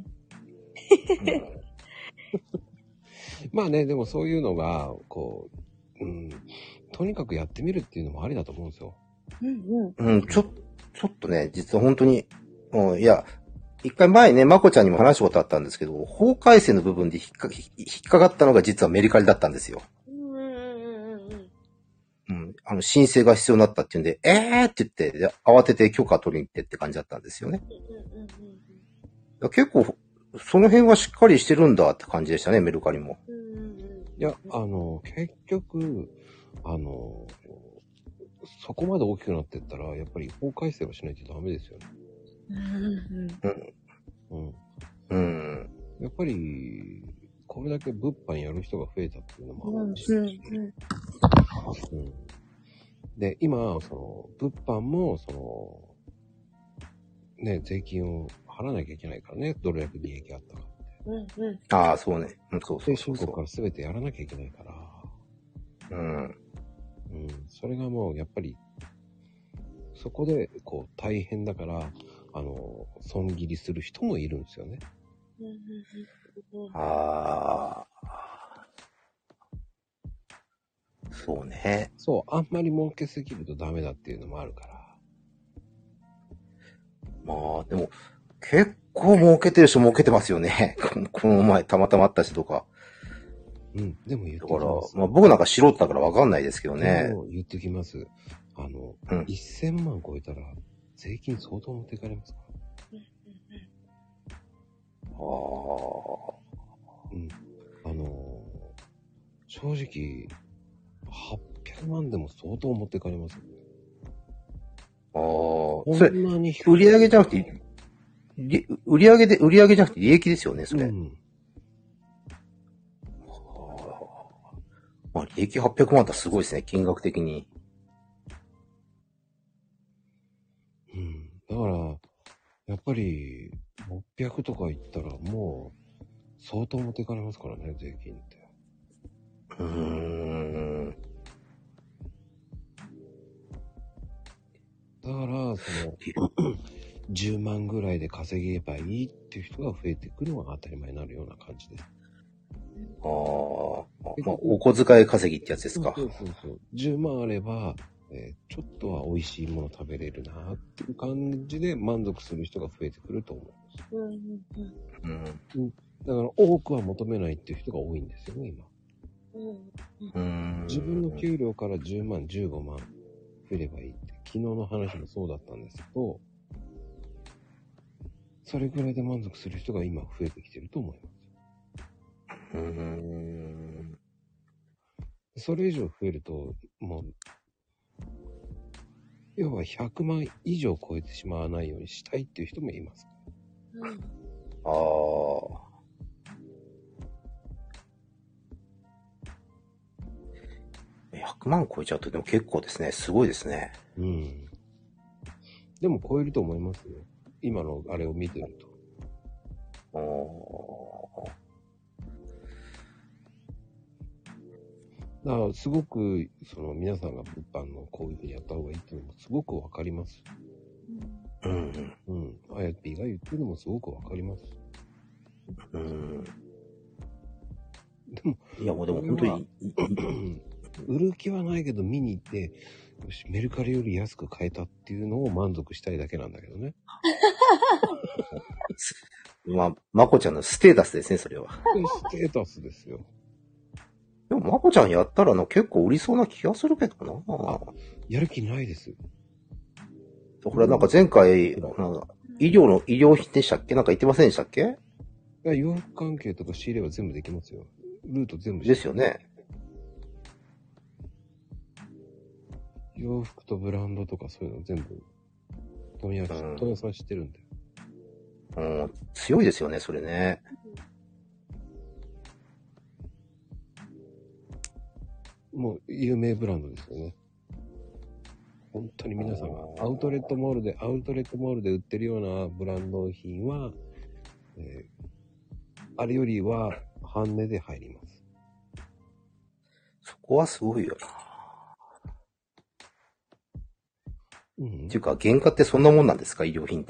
まあね、でもそういうのが、こう、うん、とにかくやってみるっていうのもありだと思うんですよ。 うんうん。 うん、ちょ、ちょっとね、実は本当に、うん、いや、一回前ね、まこちゃんにも話したことあったんですけど、法改正の部分で引っか、引っかかったのが実はメルカリだったんですよ。 うんうんうんうん。 うん。あの、申請が必要になったっていうんで、えーって言って、慌てて許可取りに行ってって感じだったんですよね。うんうんうん、結構、その辺はしっかりしてるんだって感じでしたね、メルカリも。うんうんうん、 いや、あの、結局、あの、そこまで大きくなってったら、やっぱり法改正はしないとダメですよね。 うんうんうん。 うん。 やっぱり、これだけ物販やる人が増えたっていうのもあるし、 うんうんうん、で、今、その、物販も、その、ね、税金を払わなきゃいけないからね、どれだけ利益あったかって。 うんうん、 ああ、そうね。うん、そうそうそうそう。 申告から全てやらなきゃいけないから。 うん。 うん。それがもう、やっぱり、そこで、こう、大変だから、あの、損切りする人もいるんですよね。 ああ。そうね。 そう、あんまり儲けすぎるとダメだっていうのもあるから。 まあ、でも、結構儲けてる人儲けてますよね。この前たまたまあった人とか。 うん、でも言ってきます。だから、 まあ僕なんか素人だからわかんないですけどね。 言ってきます。あの、 うん、 せんまん超えたら、税金相当持っていかれますから。 ああ。 うん。あのー、正直、はっぴゃくまんでも相当持っていかれますよね。 ああ。 そんなに売り上げじゃなくて、 り売り上げで、売り上げじゃなくて利益ですよね、それ。うん。まあ、利益はっぴゃくまんってすごいですね、金額的に。 うん。だから、やっぱり、ろっぴゃくとか言ったらもう、相当持っていかれますからね、税金って。うーん。だから、その、じゅうまんぐらいで稼げばいいっていう人が増えてくるのが当たり前になるような感じです。 ああ、まあ、お小遣い稼ぎってやつですか。 そうそうそう。じゅうまんあれば、えー、ちょっとは美味しいもの食べれるなっていう感じで満足する人が増えてくると思うんです。うんうんうん。だから多くは求めないっていう人が多いんですよね、今。うん、自分の給料からじゅうまん、じゅうごまん増えればいいって、昨日の話もそうだったんですけど、それぐらいで満足する人が今増えてきてると思います。うーん。それ以上増えると、もう、要はひゃくまん以上超えてしまわないようにしたいっていう人もいます。うん、ああ。 ひゃくまん超えちゃうとでも結構ですね。すごいですね。うん。 でも超えると思いますよ。今のあれを見てると。ああ。だからすごくその皆さんが物販のこういうふうにやった方がいいっていうのもすごくわかります。うんうんうん。あやぴーが言ってるのもすごくわかります。うん。でもいやもうでも本当に売る気はないけど見に行ってよしメルカリより安く買えたっていうのを満足したいだけなんだけどね。 まあまこちゃんのステータスですねそれは。 ステータスですよ。 でも、まこちゃんやったらの結構売りそうな気がするけどな。あ、 やる気ないです。 ほら、なんか前回、なんか医療の、医療費でしたっけなんか言ってませんでしたっけ？ いや、洋服関係とか仕入れは全部できますよ。ルート全部ですよね。 洋服とブランドとかそういうの全部、問屋、うん、問屋さん知ってるんで。 うん、強いですよね、それね。 もう有名ブランドですよね。本当に皆さんがアウトレットモールで、アウトレットモールで売ってるようなブランド品は、えー、あれよりは半値で入ります。 そこはすごいよな。うん。っていうか、原価ってそんなもんなんですか、医療品って。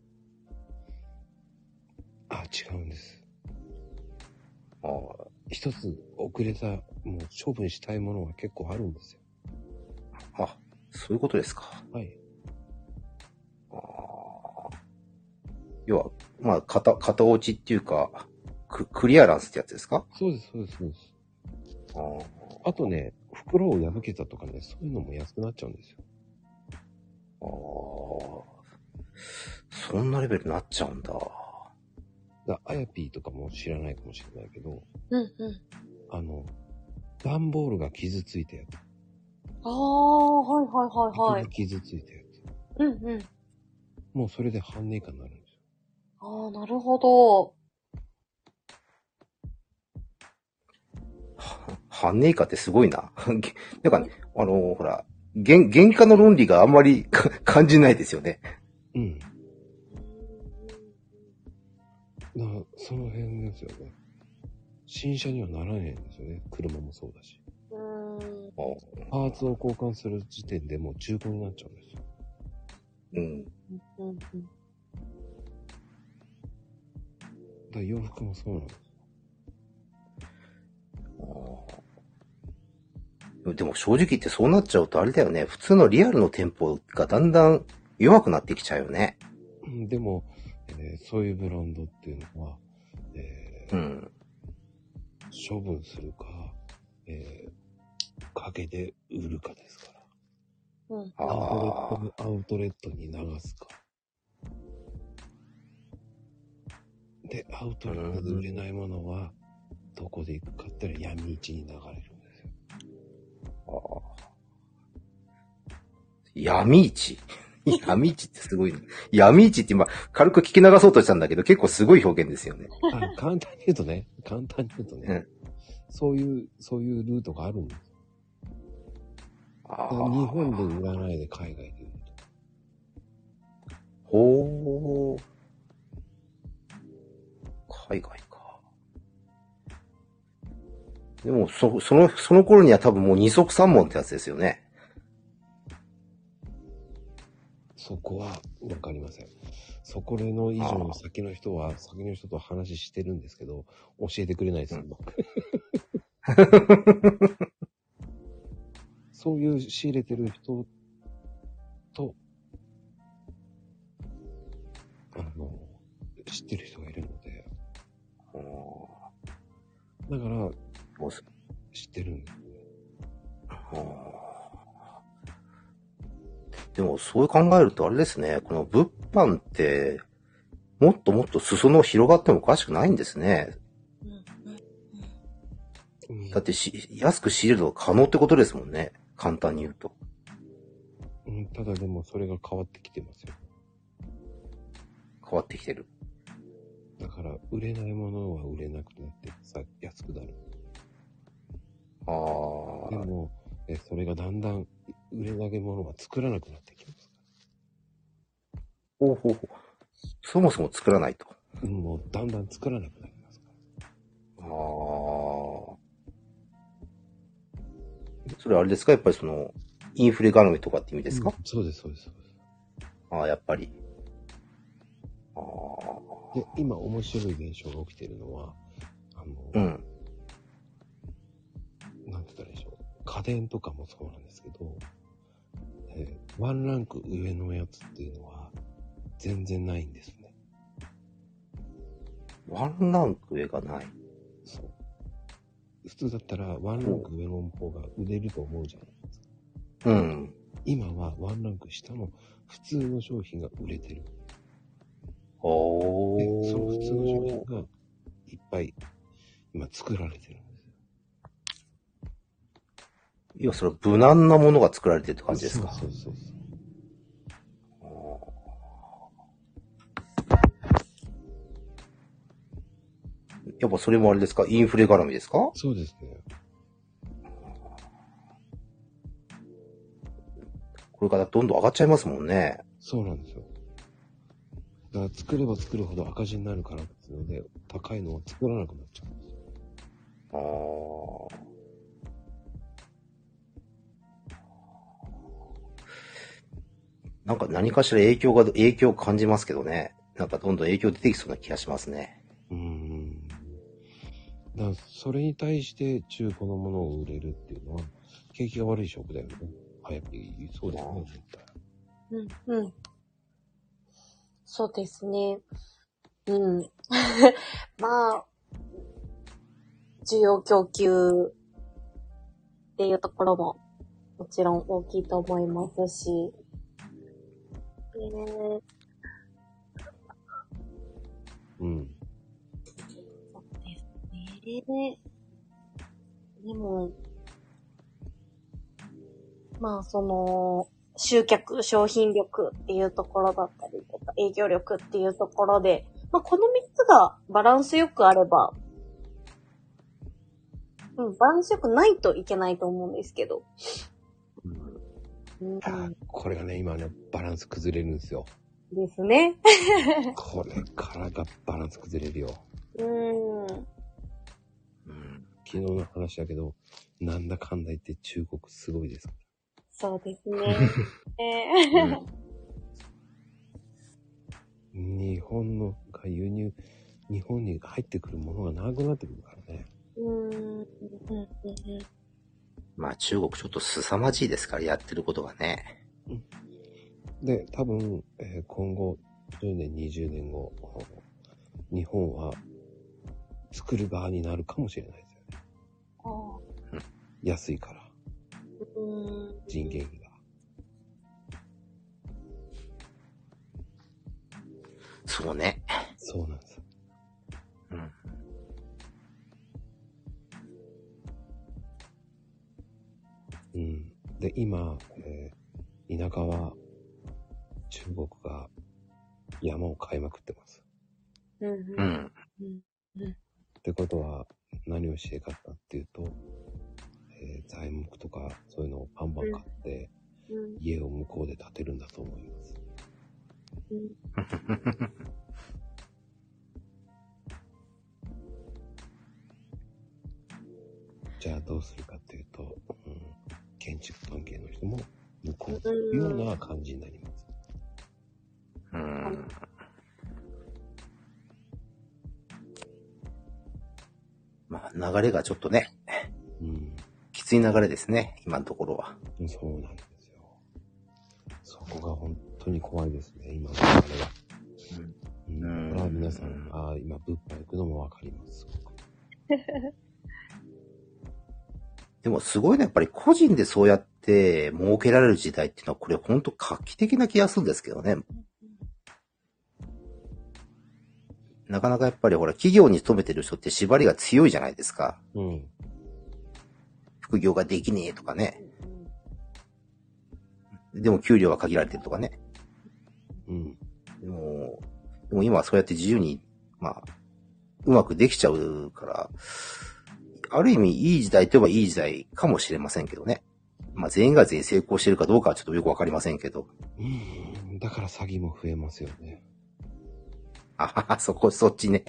あ、違うんです。ああ。一つ遅れた、もう処分したいものが結構あるんですよ。 あ、そういうことですか。 はい。あ要は、まあ、型、型落ちっていうか、ク、クリアランスってやつですか？ そうです、そうです、そうです。ああとね、袋を破けたとかね、そういうのも安くなっちゃうんですよ。 ああ。そんなレベルになっちゃうんだ。 だあやぴーとかも知らないかもしれないけど、 うんうん。 あの、段ボールが傷ついたやつ。 ああ、はいはいはいはい。 傷ついたやつ。 うんうん。 もうそれで半値以下になるんですよ。 ああ、なるほど。 半値以下ってすごいな。なんか、ね、あの、ほら、原、原価の論理があんまり感じないですよね。 うん。だからその辺ですよね。新車にはならないんですよね。車もそうだし。うーん。パーツを交換する時点でもう中古になっちゃうんですよ。うん。うんうん。だから洋服もそうなんです。 でも正直言ってそうなっちゃうとあれだよね。普通のリアルの店舗がだんだん弱くなってきちゃうよね。 うん、でも、えー、そういうブランドっていうのは、えー、うん、処分するか、えー、陰で売るかですから。うん、アウトレット、アウトレットに流すか。で、アウトレットで売れないものは、どこで行くかって言ったら闇市に流れるんですよ。 ああ。闇市闇市ってすごい、ね。闇市って今、軽く聞き流そうとしたんだけど、結構すごい表現ですよね。 あ簡単に言うとね、簡単に言うとね、 うん、 そういう、そういうルートがあるんです。 あ日本で売らないで海外で売ると。 ほー。海外か。でも、そ、その、その頃には多分もう二足三門ってやつですよね。 そこはわかりません。そこの以上の先の人は、先の人と話してるんですけど、教えてくれないです、うん、そういう仕入れてる人と、あの、知ってる人がいるので、だから、知ってるんですね。 でも、そう考えるとあれですね、この物販って、もっともっと裾野広がってもおかしくないんですね。うん、だってし、安く仕入れるのが可能ってことですもんね。簡単に言うと。 うん、ただでもそれが変わってきてますよ。 変わってきてる。 だから、売れないものは売れなくなってさ、安くなる。 ああ。 でも、え、それがだんだん売れないものは作らなくなってきます。 ほうほうほう。そもそも作らないと。 うん、もうだんだん作らなくなりますから。 ああ。それあれですか？やっぱりその、インフレ絡みとかって意味ですか？うん、 そうです、そうです。 ああ、やっぱり。 ああ。で、今面白い現象が起きてるのは、あの、 うん。 なんて言ったらいいでしょう。家電とかもそうなんですけど、えー、ワンランク上のやつっていうのは全然ないんですね。 ワンランク上がない。 そう。普通だったらワンランク上の方が売れると思うじゃないですか。 うん。 今はワンランク下の普通の商品が売れてる。 おー。で、その普通の商品がいっぱい今作られてるんですよ。 いや、それは無難なものが作られてるって感じですか？ そうそうそうそう。 やっぱそれもあれですか？インフレ絡みですか？ そうですね。 これからどんどん上がっちゃいますもんね。 そうなんですよ。だから作れば作るほど赤字になるからっていうので、高いのは作らなくなっちゃうんですよ。 ああ。なんか何かしら影響が、影響を感じますけどね。なんかどんどん影響出てきそうな気がしますね。 うーん。だからそれに対して中古のものを売れるっていうのは、景気が悪い証拠だよね。あ、やっぱりそうですね、絶対。 うん、うん。そうですね。うん。まあ、需要供給っていうところももちろん大きいと思いますし、えー、 うん。 そうですね。でも、まあその、集客、商品力っていうところだったりとか、営業力っていうところで、まあこのみっつがバランスよくあれば、うん、バランスよくないといけないと思うんですけど。 うんうん、これがね、今ね、バランス崩れるんですよ。 ですね。 これからがバランス崩れるよ。 うーん。 昨日の話だけど、なんだかんだ言って中国すごいです。 そうですね。えー、日本のが輸入、日本に入ってくるものがなくなってくるからね。 うーん。 まあ中国ちょっと凄まじいですから、やってることがね。 うん、で、多分、えー、今後じゅうねん、にじゅうねんご、日本は作る側になるかもしれないですよね。 ああ、 うん、安いから。 うーん、 人件費が。 そうね。 そうなんです。 うん。 うん。で、今、えー、田舎は中国が山を買いまくってます。 うんうん。 うん。 うん。 ってことは何をしてかったっていうと、えー材木とかそういうのをバンバン買って、 うん。 家を向こうで建てるんだと思います。 うん。 じゃあどうするかっていうと、うん、建築関係の人も向こうというような感じになります。 うん。まあ、流れがちょっとね、 うん、 きつい流れですね、今のところは。 そうなんですよ。そこが本当に怖いですね、今の流れは。うん。うん、これは皆さん、ああ、今物販行くのもわかります。すごく。 でもすごいね、やっぱり個人でそうやって儲けられる時代っていうのは、これ本当画期的な気がするんですけどね。なかなかやっぱりほら、企業に勤めてる人って縛りが強いじゃないですか。 うん。 副業ができねえとかね。でも給料は限られてるとかね。 うん。 でも、でも今はそうやって自由に、まあ、うまくできちゃうから、ある意味いい時代といえばいい時代かもしれませんけどね。まあ全員が全員成功してるかどうかはちょっとよくわかりませんけど。 うん。だから詐欺も増えますよね。 あはは、そこ、そっちね。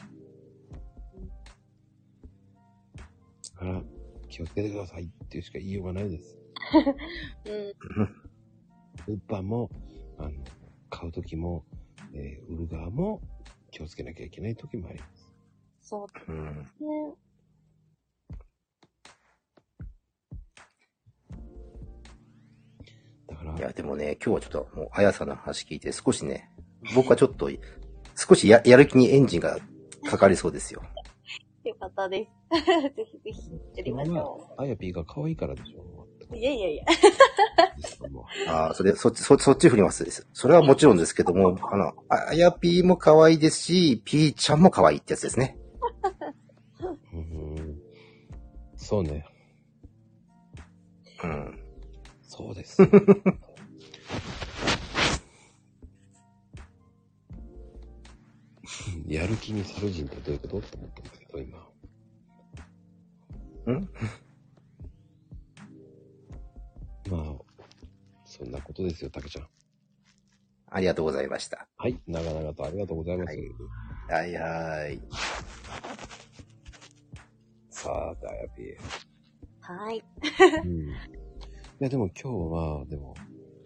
だから、気をつけてくださいっていうしか言いようがないです。 うん。 物販も、あの、買うときも、えー売る側も気をつけなきゃいけないときもあります。 そううん。 ね。 だから、 いや、でもね、今日はちょっともう、あやさんの話聞いて少しね、僕はちょっと、少しややる気にエンジンがかかりそうですよ。 よかったです。ぜひぜひやりましょあやぴーが可愛いからでしょ。 う。いやいやいや。 ああ、それ、そっち、そっち、そっち振りますです。それはもちろんですけども、あの、ああやぴーも可愛いですし、ピーちゃんも可愛いってやつですね。 うん、そうね。 うん。 そうです。やる気にさる人ってどういうことって思ったんだけど、今。 んまあ、そんなことですよ、たけちゃん。 ありがとうございました。 はい、長々とありがとうございます。 はい、はいはい。 さあ、あやぴー。 はい。 うん。いや、でも今日は、でも、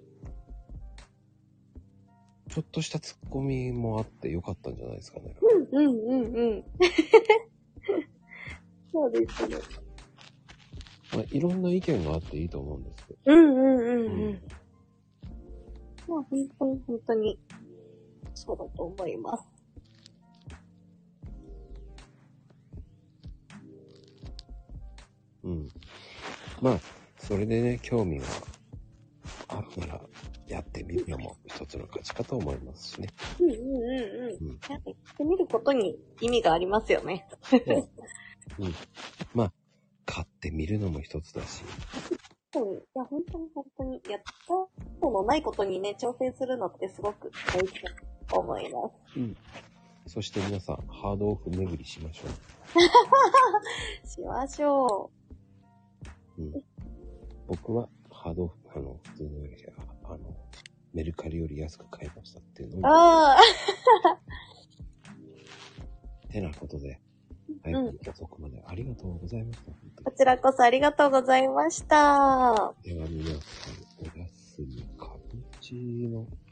ちょっとしたツッコミもあってよかったんじゃないですかね。 うんうんうんうん。そうですね。 まあ、いろんな意見があっていいと思うんですけど。 うんうんうんうん。 うん、 まあ本当に本当にそうだと思います。 うん。まあ、それでね、興味があるなら、やってみるのも一つの価値かと思いますしね。 うんうんうんうん。うん、やってみることに意味がありますよね。 うん。まあ、買ってみるのも一つだし。 うん。いや、本当に本当に、やったことのないことにね、挑戦するのってすごく大事だと思います。 うん。そして皆さん、ハードオフ巡りしましょう。しましょう。うん。僕は、ハードオフ、あの、普通のより、あの、メルカリより安く買いましたっていうのを。 ああ。 てなことで、はい、うん、今日そこまでありがとうございました。 こちらこそありがとうございました。 では皆さん、おやすみ、カプチーノ。